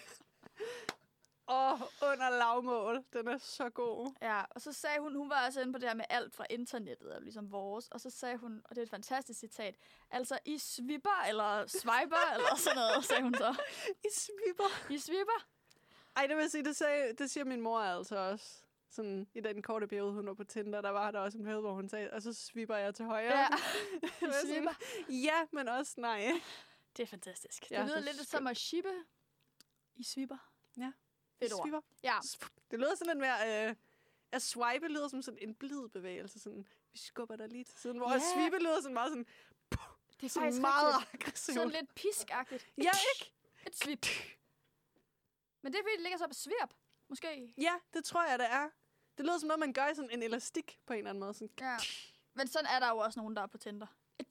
Under lavmål. Den er så god. Ja, og så sagde hun var også inde på det her med alt fra internettet, og ligesom vores. Og så sagde hun, og det er et fantastisk citat, altså I swipper, eller swiper, eller sådan noget, sagde hun så. I swipper? I swipper? Ej, det vil sige, det siger min mor altså også. Sådan, i den korte periode, hun var på Tinder, der var der også en periode, hvor hun sagde, og så swipper jeg til højre. Ja, I swipper. Ja, men også nej. Det er fantastisk. Ja, det lyder lidt som at shippe. I swipper. Ja. Fedt ord. Swipper. Ja. Det lyder sådan lidt mere... at swipe lyder som sådan en blid bevægelse. Sådan, vi skubber dig lige til siden. Hvor at swipe lyder sådan meget sådan... Det er faktisk meget aggressivt. Sådan lidt piskagtigt. Ja, ikke? Et svip. Men det er fordi, det ligger så på svirp. Måske. Ja, det tror jeg, det er. Det lyder som noget, man gør i sådan en elastik på en eller anden måde. Sådan. Ja. Men sådan er der jo også nogen, der er på Tinder.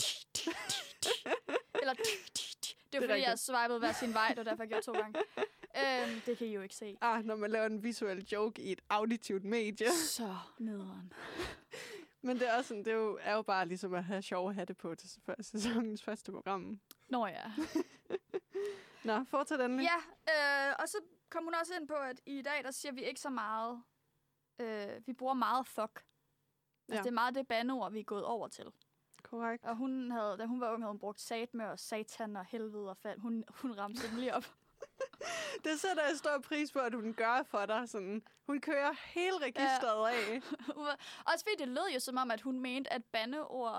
Eller det er fordi, jeg har swipet hver sin vej, og derfor jeg gjort 2 gange. Det kan I jo ikke se. Når man laver en visuel joke i et auditivt medie. Så nederen. Men det er også sådan, det er jo bare ligesom at have sjove hatte på til sæsonens første program. Nå ja. Nå, fortsæt endelig. Ja, og så kom hun også ind på, at i dag, der siger vi ikke så meget. Vi bruger meget fuck. Altså, det er meget det bandeord, vi er gået over til. Korrekt. Og da hun var ung, havde hun brugt satme og satan og helvede og fald. Hun ramte dem lige op. Det sætter jeg stor pris på, at hun gør for dig. Sådan. Hun kører hele registret af. Også fordi det lød jo som om, at hun mente, at bandeord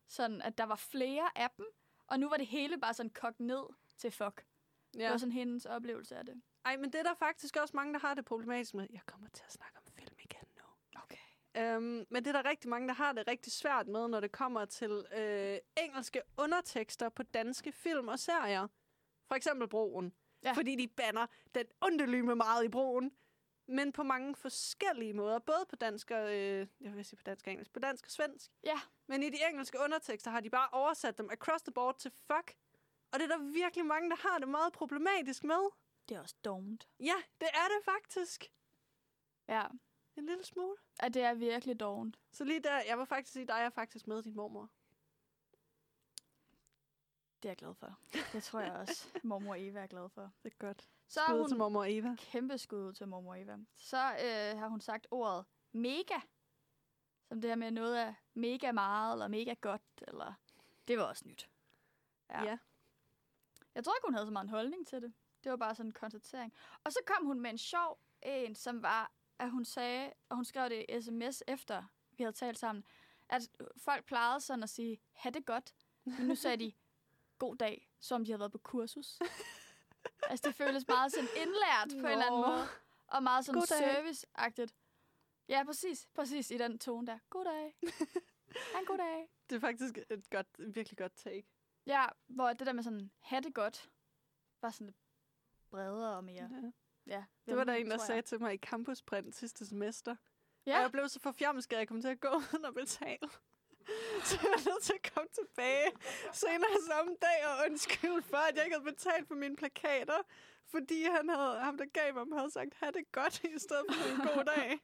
sådan, at der var flere af dem, og nu var det hele bare sådan kogt ned til fuck. Ja. Det var sådan hendes oplevelse af det. Ej, men det er der faktisk også mange, der har det problematisk med. Jeg kommer til at snakke om film igen nu. Okay. Men det er der rigtig mange, der har det rigtig svært med, når det kommer til engelske undertekster på danske film og serier. For eksempel Broen. Ja. Fordi de banner den ondelyme meget i Broen. Men på mange forskellige måder. Både på dansk og, jeg vil sige på dansk og engelsk. På dansk og svensk. Ja. Men i de engelske undertekster har de bare oversat dem across the board til fuck. Og det er der virkelig mange, der har det meget problematisk med. Det er også dumt. Ja, det er det faktisk. Ja. En lille smule. Ja, det er virkelig dovent. Så lige der, jeg vil faktisk sige, der er jeg faktisk med din mormor. Det er jeg glad for. Det tror jeg også, mormor Eva er glad for. Det er godt. Så skud til mormor Eva. Kæmpe skud til mormor Eva. Så har hun sagt ordet mega. Som det her med noget af mega meget, eller mega godt, eller... Det var også nyt. Ja. Jeg tror ikke, hun havde så meget en holdning til det. Det var bare sådan en konstatering. Og så kom hun med en sjov en, som var, at hun sagde, og hun skrev det i sms efter, vi havde talt sammen, at folk plejede sådan at sige, ha' det godt. Men nu sagde de, god dag, som de havde været på kursus. Altså, det føles meget sådan indlært på en eller anden måde. Og meget sådan serviceagtigt. Ja, præcis i den tone der. God dag. Ha' en god dag. Det er faktisk et virkelig godt take. Ja, hvor det der med sådan, ha' det godt, var sådan lidt bredere og mere. Ja, det var der en, der sagde til mig i campusprint sidste semester. Ja. Og jeg blev så forfjammet, at jeg kom til at gå uden at betale. Så jeg var nødt til at komme tilbage senere samme dag og undskylde for, at jeg ikke havde betalt for mine plakater. Fordi ham, der gav mig, havde sagt, ha' det godt, i stedet for en god dag.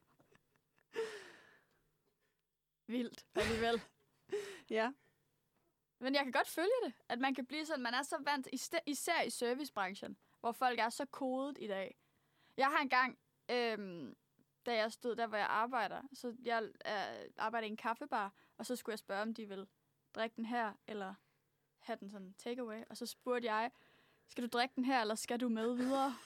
Vildt, alligevel. Ja. Men jeg kan godt følge det, at man kan blive sådan, man er så vant, især i servicebranchen, hvor folk er så kodet i dag. Jeg har engang, da jeg stod der, hvor jeg arbejder, så jeg arbejder i en kaffebar, og så skulle jeg spørge, om de vil drikke den her, eller have den sådan takeaway. Og så spurgte jeg, skal du drikke den her, eller skal du med videre?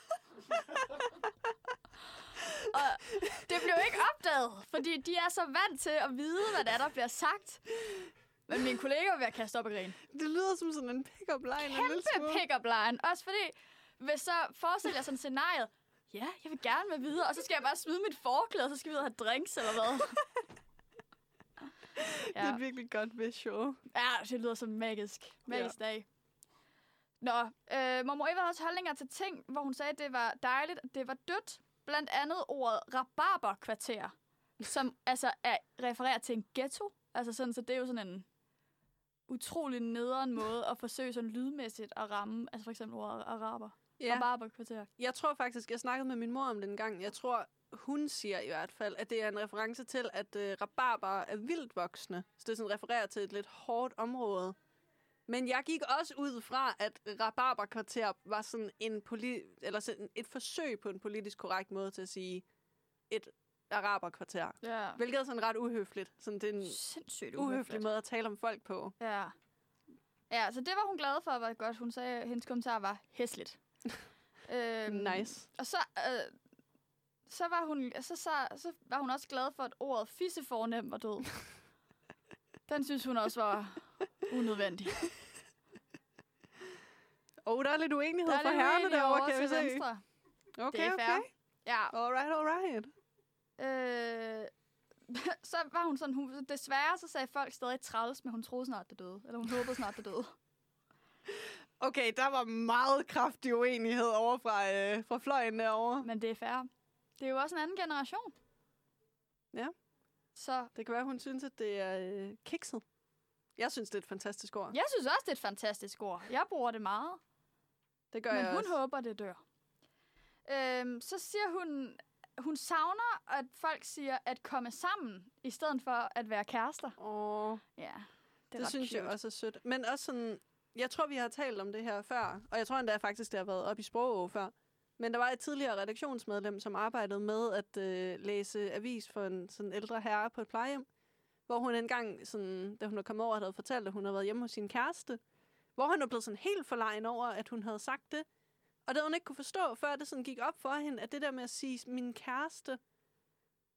Og det blev ikke opdaget, fordi de er så vant til at vide, hvad der bliver sagt. Men mine kolleger var ved at kaste op og grine. Det lyder som sådan en pick-up line. Kæmpe pick-up line. Også fordi, hvis så forestiller jeg sådan scenariet, ja, jeg vil gerne med videre, og så skal jeg bare smide mit forklæde, og så skal vi ud og have drinks, eller hvad? Ja. Det er et virkelig godt visual. Ja, det lyder som magisk dag. Nå, mormor Eva havde også holdninger til ting, hvor hun sagde, at det var dejligt, det var dødt. Blandt andet ordet rabarberkvarter, som altså refererer til en ghetto. Altså sådan, så det er jo sådan en utrolig nederen måde at forsøge sådan lydmæssigt at ramme, altså for eksempel ordet araber. Ja. Rabarberkvarter. Jeg tror faktisk, jeg snakkede med min mor om den gang. Jeg tror, hun siger i hvert fald, at det er en reference til, at rabarber er vildt voksne. Så det sådan refererer til et lidt hårdt område. Men jeg gik også ud fra, at rabarberkvarter var sådan et forsøg på en politisk korrekt måde til at sige et araberkvarter. Ja. Hvilket er sådan ret uhøfligt. Sådan, det er en sindssygt uhøflig måde at tale om folk på. Ja. Ja, så det var hun glad for, var godt. Hun sagde, at hendes kommentar var hæsligt. Nice. Og så var hun også glad for, at ordet fissefornem var død. Den synes hun også var unødvendig. Der er lidt uenighed for herrerne derovre, kan vi se. Venstre. Okay, det er fair. Ja. Alright. Så var hun sådan, desværre så sagde folk stadig træls, men hun troede snart, det døde. Eller hun håbede snart, det døde. Okay, der var meget kraftig uenighed over fra fløjen derovre. Men det er fair. Det er jo også en anden generation. Ja. Så det kan være, hun synes, at det er kikset. Jeg synes, det er et fantastisk ord. Jeg synes også, det er et fantastisk ord. Jeg bruger det meget. Det gør jeg også. Men hun håber, det dør. Så siger hun savner, at folk siger at komme sammen, i stedet for at være kærester. Ja, det synes jeg også er sødt. Men også sådan, jeg tror, vi har talt om det her før, og jeg tror endda faktisk, det har været op i Sprogå før. Men der var et tidligere redaktionsmedlem, som arbejdede med at læse avis for en sådan ældre herre på et plejehjem, hvor hun engang, sådan, da hun var kommet over, havde fortalt, at hun havde været hjemme hos sin kæreste, hvor han var blevet sådan helt forlegen over, at hun havde sagt det. Og det havde hun ikke kunne forstå, før det sådan gik op for hende, at det der med at sige min kæreste,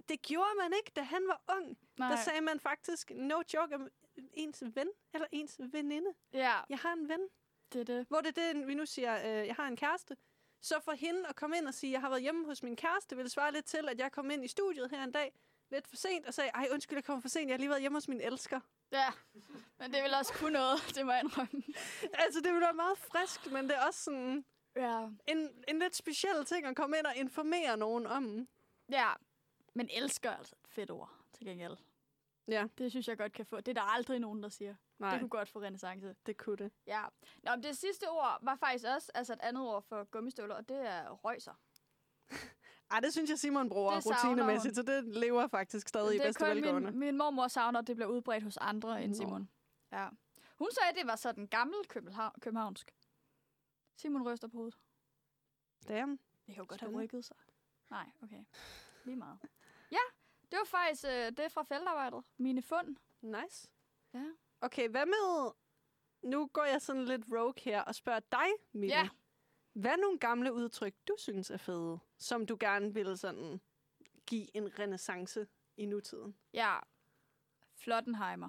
det gjorde man ikke, da han var ung. Nej. Der sagde man faktisk, no joke, om ens ven eller ens veninde. Ja, Jeg har en ven. det er det. Hvor det er det, vi nu siger, jeg har en kæreste. Så for hende at komme ind og sige, jeg har været hjemme hos min kæreste, vil svare lidt til, at jeg kom ind i studiet her en dag, lidt for sent, og sagde, ej, undskyld, jeg kom for sent, jeg har lige været hjemme hos min elsker. Ja, men det vil også kunne noget, det må jeg indrømme. Altså, det vil være meget frisk, men det er også sådan Ja. en lidt speciel ting at komme ind og informere nogen om. Ja, men elsker er altså et fedt ord til gengæld. Ja. Det synes jeg godt kan få. Det er der aldrig nogen, der siger. Nej, Det kunne godt få renæssance. det kunne det. Ja. Nå, men det sidste ord var faktisk også et andet ord for gummistøvler, og det er røjser. Ej, det synes jeg, Simon bruger Det savner rutinemæssigt, så det lever faktisk stadig i Det bedste er velgående. kun min mormor savner, at det bliver udbredt hos andre end Nå. Simon. Ja. Hun sagde, at det var sådan gammel københavnsk. Simon ryster på hovedet. Damn. Det kan jo godt Spændende. have rykket sig. Nej, okay. Lige meget. Ja, det var faktisk det fra feltarbejdet. Mine fund. Nice. Ja. Okay, hvad med... Nu går jeg sådan lidt rogue her og spørger dig, Mille. Ja. Hvad er nogle gamle udtryk, du synes er fede, som du gerne vil sådan give en renæssance i nutiden? Ja. Flottenheimer.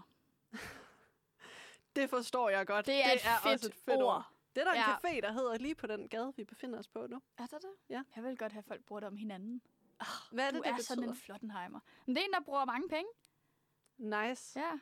Det forstår jeg godt. Det er et fedt også et fedt ord. Det er der en Ja. café, der hedder lige på den gade, vi befinder os på nu. Er der det? Ja. Jeg vil godt have, at folk bruger det om hinanden. Hvad er Du det, det er sådan betyder? en Flottenheimer. Men det er en, der bruger mange penge. Nice. Ja.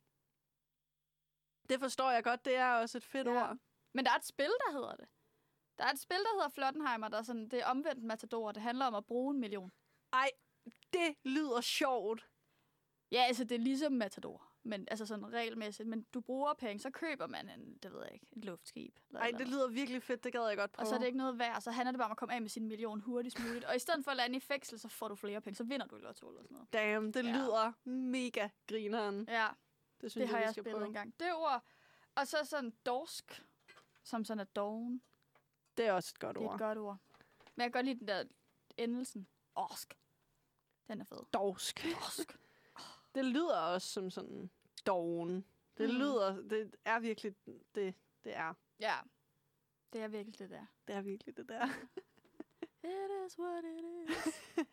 Det forstår jeg godt. Det er også et fedt Ja. ord. Men der er et spil, der hedder det. Der er et spil, der hedder Flottenheimer, der er sådan, det er omvendt Matador. Det handler om at bruge 1 million. Ej, det lyder sjovt. Ja, altså det er ligesom Matador. Men altså sådan regelmæssigt. Men du bruger penge, så køber man det ved jeg ikke, et luftskib. Eller Ej, eller det andet. lyder virkelig fedt. Det gad jeg godt prøve. Og så er det ikke noget værd, så handler det bare om at komme af med sin million hurtigst muligt. Og i stedet for at lande i fængsel, så får du flere penge. Så vinder du i lotto eller sådan noget. Damn, det Ja. lyder mega grineren. Ja, Det synes det har vi jeg skal spillet prøve. engang. Det ord. Og så sådan dorsk, som sådan er doven. Det er også et godt Det er ord. et godt ord. Men jeg kan godt lide den der endelsen. Orsk. Den er fed. Dorsk. Orsk. Det lyder også som sådan doven. Det lyder, det er virkelig det er. Ja. Det er virkelig det der. Det er virkelig det der. It is what it is.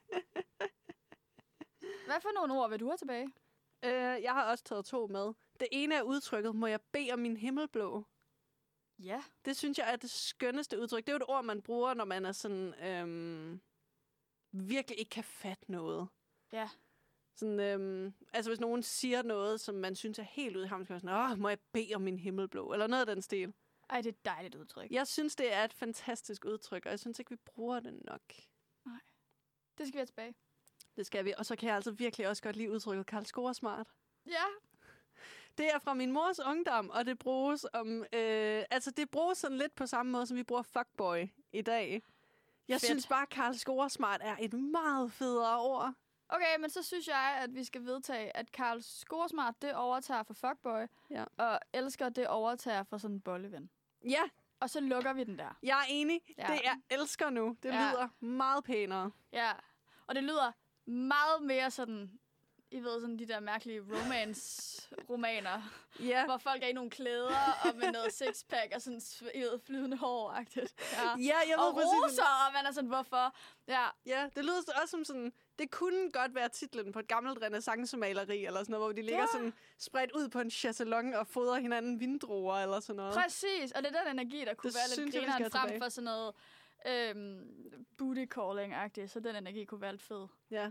Hvad for nogle ord vil du have tilbage? Jeg har også taget 2 med. Det ene er udtrykket, må jeg bede om min himmelblå? Ja. Det synes jeg er det skønneste udtryk. Det er jo et ord, man bruger, når man er sådan virkelig ikke kan fatte noget. Ja. Sådan, altså hvis nogen siger noget, som man synes er helt ude i ham, så sådan, må jeg bede om min himmelblå? Eller noget af den stil. Ej, det er et dejligt udtryk. Jeg synes, det er et fantastisk udtryk, og jeg synes ikke, vi bruger det nok. Det skal vi have tilbage. Det skal vi. Og så kan jeg altså virkelig også godt lide udtrykket Karl Scoresmart. Ja. Det er fra min mors ungdom, og det bruges om... altså, det bruges sådan lidt på samme måde, som vi bruger fuckboy i dag. Jeg Fedt. synes bare, Karl Scoresmart er et meget federe ord. Okay, men så synes jeg, at vi skal vedtage, at Karl Scoresmart, det overtager for fuckboy, Ja. og elsker, det overtager for sådan en bolleven. Ja, Og så lukker vi den der. jeg er enig. Ja. Det er elsker nu. Det Ja. lyder meget pænere. Ja. Og det lyder meget mere sådan, I ved, sådan de der mærkelige romance-romaner, Ja. hvor folk er i nogle klæder og med noget sixpack og sådan I ved, flydende hår-agtigt. Ja. Ja, jeg ved Og præcis. roser, og man er sådan, hvorfor? Ja, Ja, det lyder også som sådan... Det kunne godt være titlen på et gammelt renæssancemaleri, eller sådan noget, hvor de ligger sådan spredt ud på en chaiselong og fodrer hinanden vindruer, eller sådan noget. præcis. Og det er den energi, der kunne Det være lidt synes jeg, vi grineren skal have frem tilbage. for sådan noget booty calling-agtigt. Så den energi kunne være lidt fed. Ja,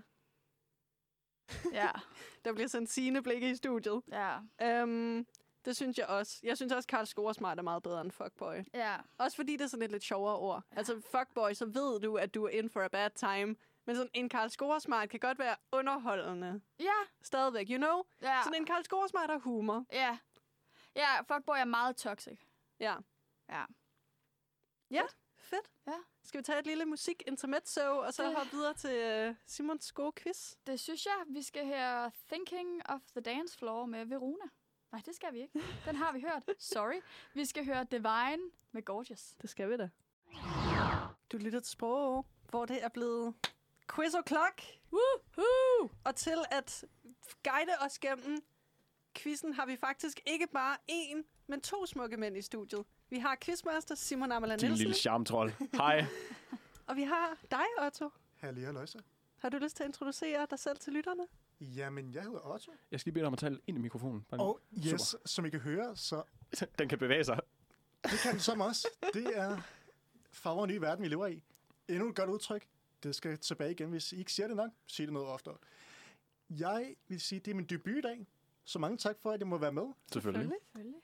Ja, der bliver sådan sine blikke i studiet. ja, Det synes jeg også. Jeg synes også, Karl Scoresmart er meget bedre end fuckboy. ja. Også fordi det er sådan et lidt sjovere ord. Ja. Altså, fuckboy, så ved du, at du er in for a bad time. Men sådan en Karl Scoresmart kan godt være underholdende. Ja, Stadigvæk, you know? ja, Sådan en Karl Scoresmart har humor. ja. Ja, fuckboy er meget toxic. Ja. Ja. Ja, fedt. Ja. Skal vi tage et lille musik-intermezzo, og så Det- hoppe videre til Simons gode quiz? Det synes jeg, vi skal høre Thinking of the Dance Floor med Verona. Nej, det skal vi ikke. Den har vi hørt. Sorry. Vi skal høre Divine med Gorgeous. Det skal vi da. Du lytter til Sprog, hvor det er blevet quiz o'clock. Woohoo! Og til at guide os gennem quizzen har vi faktisk ikke bare én, men 2 smukke mænd i studiet. Vi har quizmaster Simon Amager Din Nielsen, lille charmtrold. Hej. og vi har dig, Otto. Halli halløjsa. Har du lyst til at introducere dig selv til lytterne? Jamen, jeg hedder Otto. Jeg skal lige bede dig om at tale ind i mikrofonen. Og yes, som I kan høre, så Den kan bevæge sig. det kan den som også. Det er farver nye verden, vi lever i. Endnu et godt udtryk. Det skal tilbage igen, hvis I ikke siger det nok. Sig det noget oftere. Jeg vil sige, det er min debut i dag. Så mange tak for, at jeg må være med. Selvfølgelig. Selvfølgelig.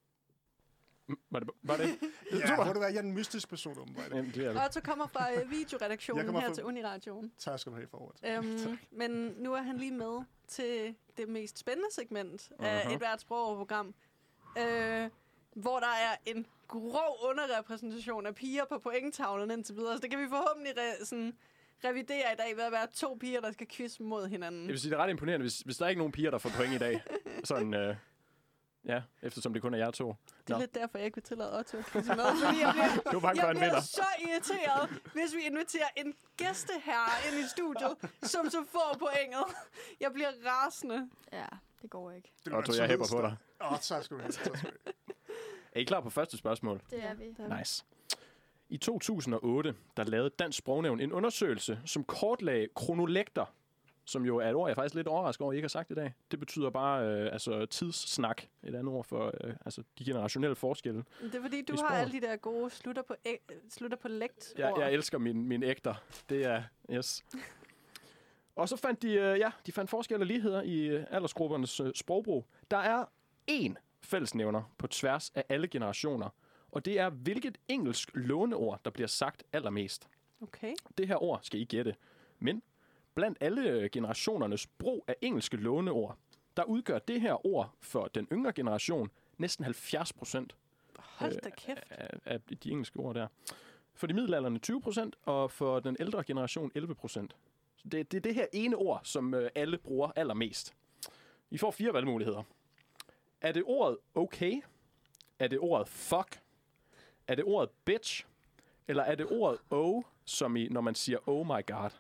Var det? Ja, hvor du er. Jeg er en mystisk person, åbenbart. Jamen, det er det. Otto kommer fra videoredaktionen her til Uniradioen. Tak skal du have for ordet. Men nu er han lige med til det mest spændende segment af et hvert sprogoverprogram, hvor der er en grov underrepræsentation af piger på pointtavlen indtil videre. Så det kan vi forhåbentlig revidere i dag ved at være 2 piger, der skal quizze mod hinanden. Jeg vil sige, det er ret imponerende, hvis der er ikke nogen piger, der får point i dag. Sådan, ja, eftersom det kun er jer 2. Det er lidt derfor, jeg ikke vil tillade Otto at quizze med, fordi jeg Du er bange for, jeg en vinder. bliver så irriteret, hvis vi inviterer en gæsteherre ind i studiet, som så får pointet. Jeg bliver rasende. Ja, det går ikke. Otto, jeg hæpper på dig. Tak skal du have. Er I klar på første spørgsmål? Det er vi. Nice. I 2008, der lavede Dansk Sprognævn en undersøgelse, som kortlagde kronolekter, som jo er et ord, jeg er faktisk lidt overrasket over, at I ikke har sagt i dag. Det betyder bare tidssnak, et andet ord for de generationelle forskelle. Det er fordi, du har alle de der gode slutter på lekt. Jeg elsker min ægter. Det er, yes. Og så fandt de fandt forskelle og ligheder i aldersgruppernes sprogbrug. Der er én fællesnævner på tværs af alle generationer, og det er, hvilket engelsk låneord, der bliver sagt allermest. Okay. Det her ord skal I gætte. Men blandt alle generationernes brug af engelske låneord, der udgør det her ord for den yngre generation næsten 70% Hold da kæft. af de engelske ord der. For de middelaldrende 20%, og for den ældre generation 11%. Så det er det her ene ord, som alle bruger allermest. I får 4 valgmuligheder. Er det ordet okay? Er det ordet fuck? Er det ordet bitch? Eller er det ordet oh, som i, når man siger oh my god?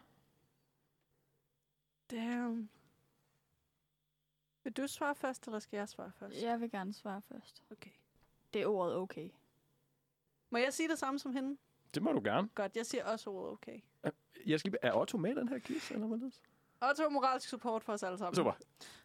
Damn. Vil du svare først, eller skal jeg svare først? Jeg vil gerne svare først. Okay. Det er ordet okay. Må jeg sige det samme som hende? Det må du gerne. Godt, jeg siger også ordet okay. Er Otto med i den her quiz, eller hvad det er? Otto er moralsk support for os alle sammen. Super.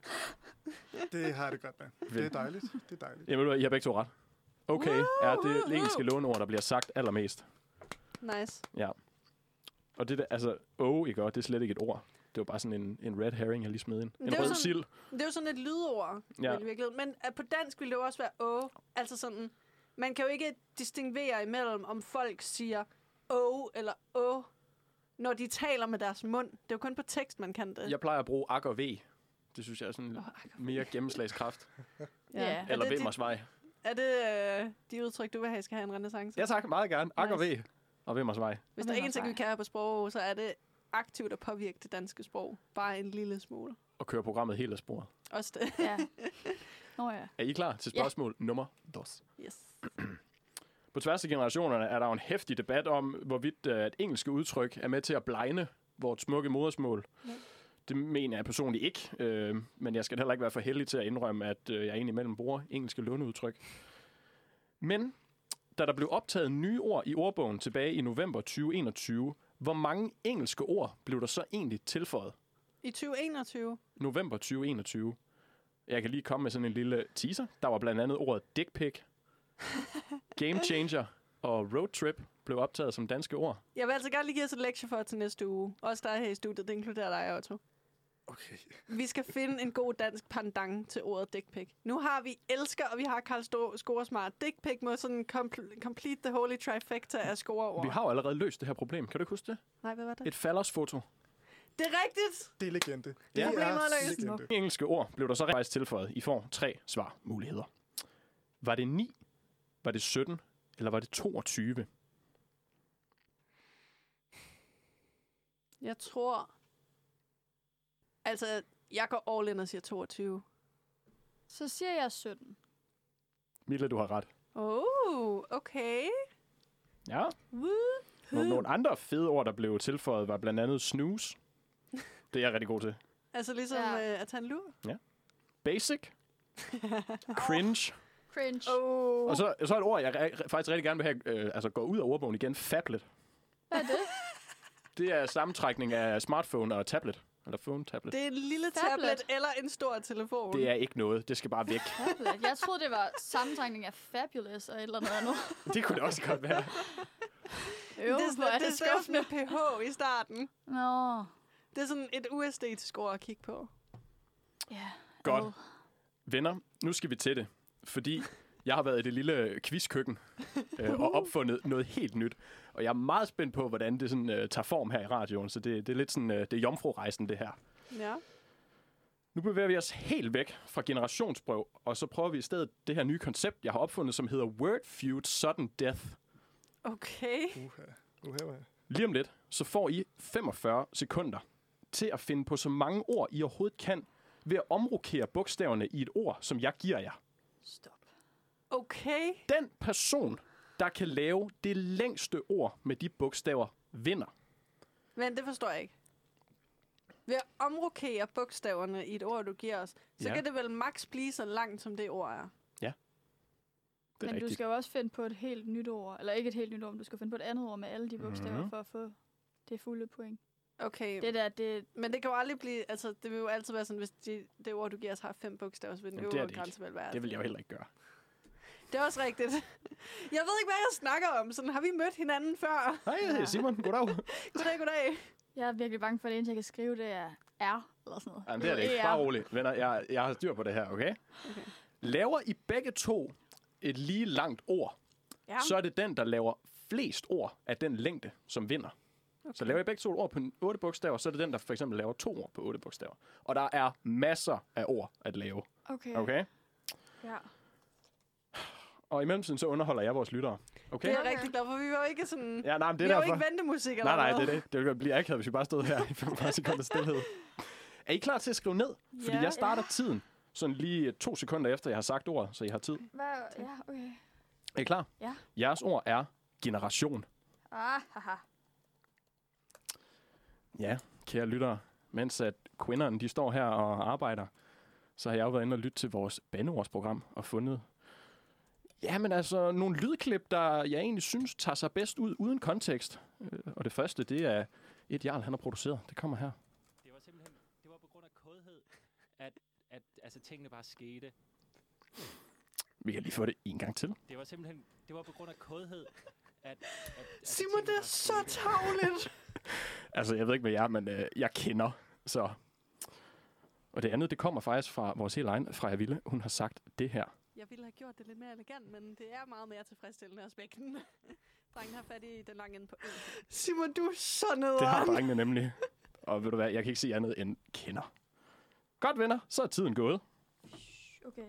Det har det godt med. Det er dejligt. Det er dejligt. Jamen, I har begge 2 ret. Okay er det engelske låneord, der bliver sagt allermest. Nice. Ja. Og det der, ikke godt, det er slet ikke et ord. Det var bare sådan en red herring, jeg lige smed ind. En rød sild. Det er jo sådan et lydord, Ja. Men på dansk ville det jo også være åh. Altså sådan, man kan jo ikke distinguere imellem, om folk siger åh eller åh, når de taler med deres mund. Det er jo kun på tekst, man kan det. Jeg plejer at bruge ak og v. Det synes jeg er sådan mere gennemslagskraft. Ja. Eller ved mig svej. Er det de udtryk, du vil have, skal have en renæssance? Ja tak, meget gerne. Ak og v. Og ved mig svej. Hvis der er en ting, vi kan have på sprog, så er det aktivt at påvirke det danske sprog. Bare en lille smule. Og køre programmet helt af sporet. Også det. Ja. Nå ja. Er I klar til spørgsmål nummer 2? Yes. På tværs af generationerne er der jo en heftig debat om, hvorvidt et engelske udtryk er med til at blegne vores smukke modersmål. Ja. Det mener jeg personligt ikke, men jeg skal heller ikke være for heldig til at indrømme, at jeg indimellem bruger engelske låneudtryk. Men da der blev optaget nye ord i ordbogen tilbage i november 2021, hvor mange engelske ord blev der så egentlig tilføjet? I 2021? November 2021. Jeg kan lige komme med sådan en lille teaser. Der var blandt andet ordet dick pic, game changer og road trip blev optaget som danske ord. Jeg vil altså gerne lige give os et lektie for til næste uge. Også der her i studiet, det inkluderer dig, Otto. Okay. Vi skal finde en god dansk pendant til ordet dick pic. Nu har vi elsker, og vi har Karl Scoresmart. Dick pic må sådan complete the holy trifecta af scoreord. Vi har jo allerede løst det her problem. Kan du ikke huske det? Nej, hvad var det? Et faldersfoto. Det er rigtigt! Det er legende. Det er legende. Engelske ord blev der så faktisk tilføjet. I får 3 svarmuligheder. Var det 9, var det 17, eller var det 22? Jeg tror... Altså, jeg går all in og siger 22. Så siger jeg 17. Mille, du har ret. Okay. Ja. Nogle andre fede ord, der blev tilføjet, var blandt andet snooze. Det er jeg rigtig god til. Altså ligesom at tage en lur? Ja. Basic. Cringe. Cringe. Og så et ord, jeg faktisk rigtig gerne vil have gå ud af ordbogen igen. Fablet. Hvad er det? Det er sammentrækning af smartphone og tablet. Eller phone-tablet. Det er en lille Tablet. tablet eller en stor telefon. Det er ikke noget. Det skal bare væk. Tablet. Jeg troede, det var sammentrækning af Fabulous og et eller andet. Det kunne det også godt være. Jo, det hvor er det staves skuffende. med PH i starten. Nå. Det er sådan et uæstetisk ord at kigge på. Ja. Godt. Venner, nu skal vi til det. Fordi jeg har været i det lille quizkøkken og opfundet noget helt nyt. Og jeg er meget spændt på, hvordan det sådan, tager form her i radioen. Så det er lidt sådan, det er jomfrurejsen, det her. Ja. Nu bevæger vi os helt væk fra generationsprøv, og så prøver vi i stedet det her nye koncept, jeg har opfundet, som hedder Word Feud Sudden Death. Okay. Lige om lidt, så får I 45 sekunder til at finde på så mange ord, I overhovedet kan, ved at omrokere bogstaverne i et ord, som jeg giver jer. Stop. Okay. Den person, der kan lave det længste ord med de bogstaver, vinder. Men det forstår jeg ikke. Ved at omrokere bogstaverne i et ord, du giver os, så kan det vel max blive så langt, som det ord er. Det er Men du rigtigt. skal jo også finde på et helt nyt ord. Eller ikke et helt nyt ord, men du skal finde på et andet ord med alle de bogstaver for at få det fulde point. Okay. Det Men det kan jo aldrig blive... Altså, det vil jo altid være sådan, hvis det ord, du giver os, har 5 bogstaver, så vil den Jamen, det er øvre det ikke. grænse vel være. Det vil jeg jo heller ikke gøre. Det er også rigtigt. Jeg ved ikke, hvad jeg snakker om. Sådan, har vi mødt hinanden før? Hej, Simon. Goddag. Goddag. Jeg er virkelig bange for, at det eneste, jeg kan skrive, det er R eller sådan noget. Jamen, det er det ikke. Bare roligt. Venner, jeg har styr på det her, okay? Laver I begge to et lige langt ord, så er det den, der laver flest ord af den længde, som vinder. Okay. Så laver I begge to et ord på 8 bogstaver, så er det den, der for eksempel laver 2 ord på 8 bogstaver. Og der er masser af ord at lave. Okay? Ja. Og i mellemtiden så underholder jeg vores lyttere. Okay? Det er jeg rigtig glad for. Vi var jo ikke sådan... Ja, nej, men det vi er var jo derfor. ikke ventemusik eller Nej, noget. det er det. Det ville blive akavet, hvis vi bare stod her i 45 sekunder stillhed. Er I klar til at skrive ned? Fordi jeg starter tiden sådan lige 2 sekunder efter, jeg har sagt ordet, så I har tid. Ja, okay. Er I klar? Ja. Jeres ord er generation. Haha. Ja, kære lyttere. Mens at kvinderne, de står her og arbejder, så har jeg jo været inde og lytte til vores bandeordsprogram og fundet jamen altså nogle lydklip, der jeg egentlig synes tager sig bedst ud uden kontekst. Og det første, det er et Jarl, han har produceret. Det kommer her. Det var simpelthen, det var på grund af kodhed, at altså tingene bare skete. Vi kan lige få det en gang til. Det var simpelthen, det var på grund af kodhed, at Simon, tingene det er bare så skete. tavligt. Altså, jeg ved ikke, hvad jeg er, men jeg kender. Så. Og det andet, det kommer faktisk fra vores helt egen Freja Ville. Hun har sagt det her. Jeg ville have gjort det lidt mere elegant, men det er meget mere tilfredsstillende aspekten. Drengen har fat i den lange ende på øen. Simon, du er så nederen. Det har drengene nemlig. Og ved du hvad, jeg kan ikke sige andet end kender. Godt, venner. Så er tiden gået. Okay.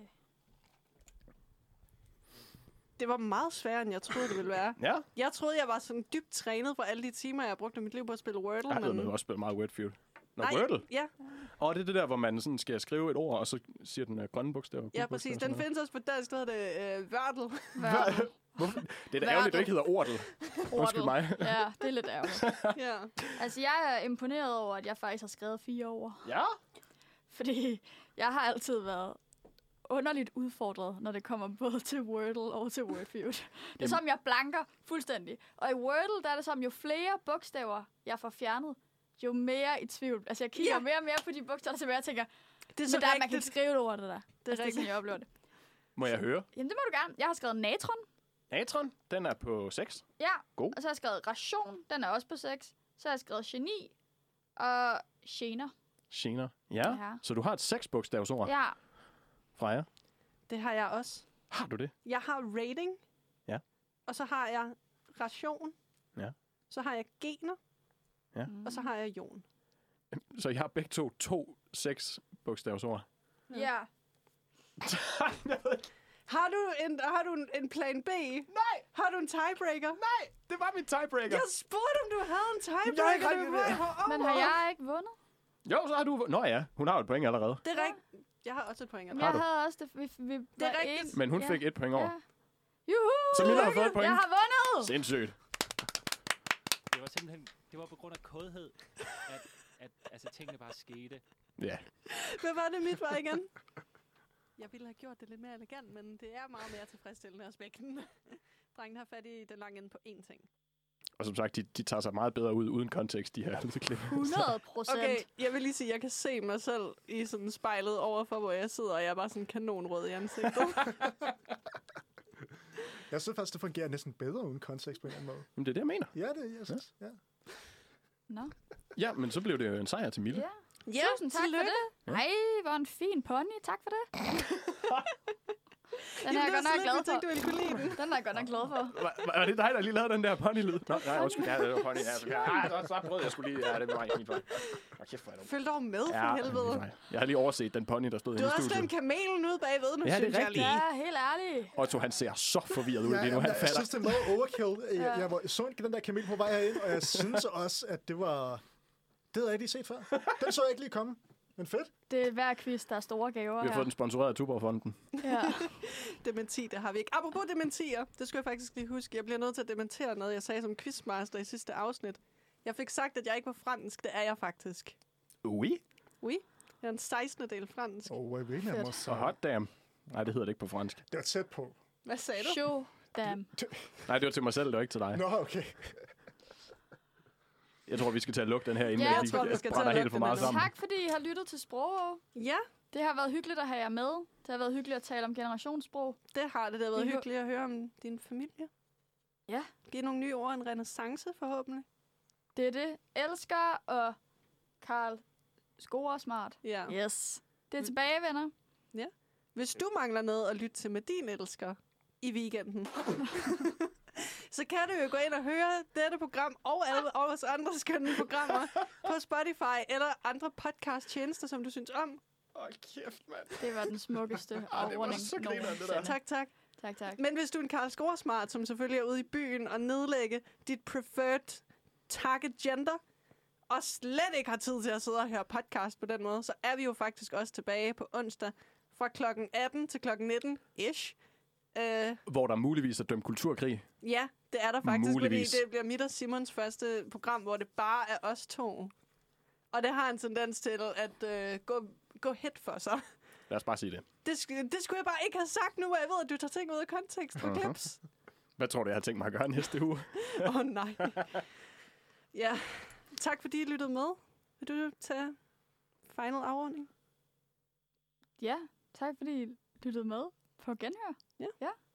Det var meget sværere, end jeg troede, det ville være. Ja. Jeg troede, jeg var sådan dybt trænet for alle de timer, jeg har brugt af mit liv på at spille Wordle. Jeg men... har også spillet meget Wordfeud. Nej, Wordle? Ja, Og det er det der, hvor man sådan skal skrive et ord, og så siger den grønne bogstaver. ja, præcis. Den findes også på dansk, der hedder det Wordle. Hvorfor? Det er da ærgerligt, at det ikke hedder Ordel. Undskyld mig. Ja, det er lidt ærgerligt. Ja. Altså, jeg er imponeret over, at jeg faktisk har skrevet 4 ord. Ja? Fordi jeg har altid været underligt udfordret, når det kommer både til Wordle og til Wordfeud. Det er som, jeg blanker fuldstændig. Og i Wordle, der er det som, jo flere bogstaver, jeg får fjernet, jo mere i tvivl. Altså, jeg kigger mere og mere på de bogstaver, så jeg tænker, Det er men så der, man kan ikke rigtigt. skrive det ord, det der. Det er Det er sådan, jeg oplever det. Må jeg høre? Jamen, det må du gerne. Jeg har skrevet natron. Natron, den er på 6. Ja. God. Og så har jeg skrevet ration. Den er også på 6. Så har jeg skrevet geni. Og gener. Gener. Ja. Ja. Så du har et 6-bogstavsord, Ja. Freja. Det har jeg også. Har du det? Jeg har rating. Ja. Og så har jeg ration. Ja. Så har jeg gener. Ja. Og så har jeg ion. Så jeg har begge to 6-bogstavsord. Ja. Har du en plan B? Nej! Har du en tiebreaker? Nej! Det var min tiebreaker. Jeg spurgte, om du havde en Jeg tiebreaker. har ikke- Men har jeg ikke vundet? Jo, så har du... Nå ja, hun har jo et point allerede. Det er rigtigt. Jeg har også et point. Men Har jeg du? havde også det. Vi Det er var rigtigt. en- Men hun fik 1 point over. Ja. Juhu! Så Mille har fået et point. Jeg har vundet! Sindssygt. Det var simpelthen, det var på grund af kodhed, at altså tingene bare skete. Ja. Hvad var det mit var igen? Jeg ville have gjort det lidt mere elegant, men det er meget mere tilfredsstillende aspekten. Drengen har fat i den lange ende på én ting. Og som sagt, de tager sig meget bedre ud uden kontekst, de her lydklip. 100%. Okay, jeg vil lige sige, at jeg kan se mig selv i sådan spejlet overfor, hvor jeg sidder, og jeg er bare sådan kanonrød i ansigtet. Jeg synes faktisk, det fungerer næsten bedre uden kontekst på en eller anden måde. Men det er det, jeg mener. Ja, det jeg synes. Ja. Nå. Ja, men så blev det jo en sejr til Mille. Ja. Ja, Tusind tak for det. Nej, hvor en fin pony. Tak for det. Den er jeg godt nok glad for. Du ville kunne lide den. Den er jeg godt nok glad for. Var det dig, der lige lavede den der ponylyd? Nej, undskyld. Ja, det var pony. Så prøvede jeg skulle lige... Ja, det var ikke helt for. Kæft, hvor er det. Følg dog med, for helvede. Jeg har lige overset den pony, der stod Du inde i har også studiet. den kamelen ude bagved nu, Ja, det er synes jeg rigtigt. lige. Ja, helt ærligt. Otto, han ser så forvirret ud lige nu. Han jeg fatter. synes, det er meget overkill. Jeg så den der kamel på vej herind, og jeg synes også, at det var... Det havde jeg ikke lige set før. Den så jeg ikke lige komme. Men fedt. Det er hver quiz, der er store gaver Vi har fået den sponsoreret af Tuborgfonden. Ja. Dementi, det har vi ikke. Apropos dementier, det skulle jeg faktisk lige huske. Jeg bliver nødt til at dementere noget, jeg sagde som quizmaster i sidste afsnit. Jeg fik sagt, at jeg ikke var fransk. Det er jeg faktisk. Oui. Oui. Jeg er en 16. del fransk. Jeg ved ikke, Så hot damn. Nej, det hedder det ikke på fransk. Det var tæt på. Hvad sagde du? Show them. Nej, det var til mig selv, det var ikke til dig. Nå, okay. Jeg tror, vi skal tage at lukke den her, inden Ja, jeg jeg tror, vi skal tage brænder at helt lukke for den meget her nu. sammen. Tak, fordi I har lyttet til Sprog. Ja, Det har været hyggeligt at have jer med. Det har været hyggeligt at tale om generationssprog. det har det. Det har været Vi hø- hyggeligt at høre om din familie. Ja. Giv nogle nye ord, en renaissance forhåbentlig. Det er det. Elsker og Karl Score Smart. Ja. Yes. Det er tilbage, venner. Hvis du mangler noget at lytte til med din elsker i weekenden, så kan du jo gå ind og høre dette program og alle vores andre skønne programmer på Spotify eller andre podcast-tjenester, som du synes om. Kæft, mand. Det var den smukkeste afrunding så grineren, det der. nogensinde. Tak. Tak, tak. Men hvis du er en Karl Scoresmart, som selvfølgelig er ude i byen og nedlægge dit preferred target gender, og slet ikke har tid til at sidde og høre podcast på den måde, så er vi jo faktisk også tilbage på onsdag fra klokken 18 til klokken 19-ish. Hvor der muligvis er dømt kulturkrig. Ja, det er der faktisk, Muligvis. fordi det bliver mit og Simons første program, hvor det bare er os to. Og det har en tendens til at gå hit for sig. Lad os bare sige det. Det skulle jeg bare ikke have sagt nu, hvor jeg ved, at du tager ting ud af kontekst på clips. Hvad tror du, jeg har tænkt mig at gøre næste uge? Nej. Ja, tak fordi I lyttede med. Vil du tage final afrunding? Ja, tak fordi I lyttede med på Genhør. Ja. Ja.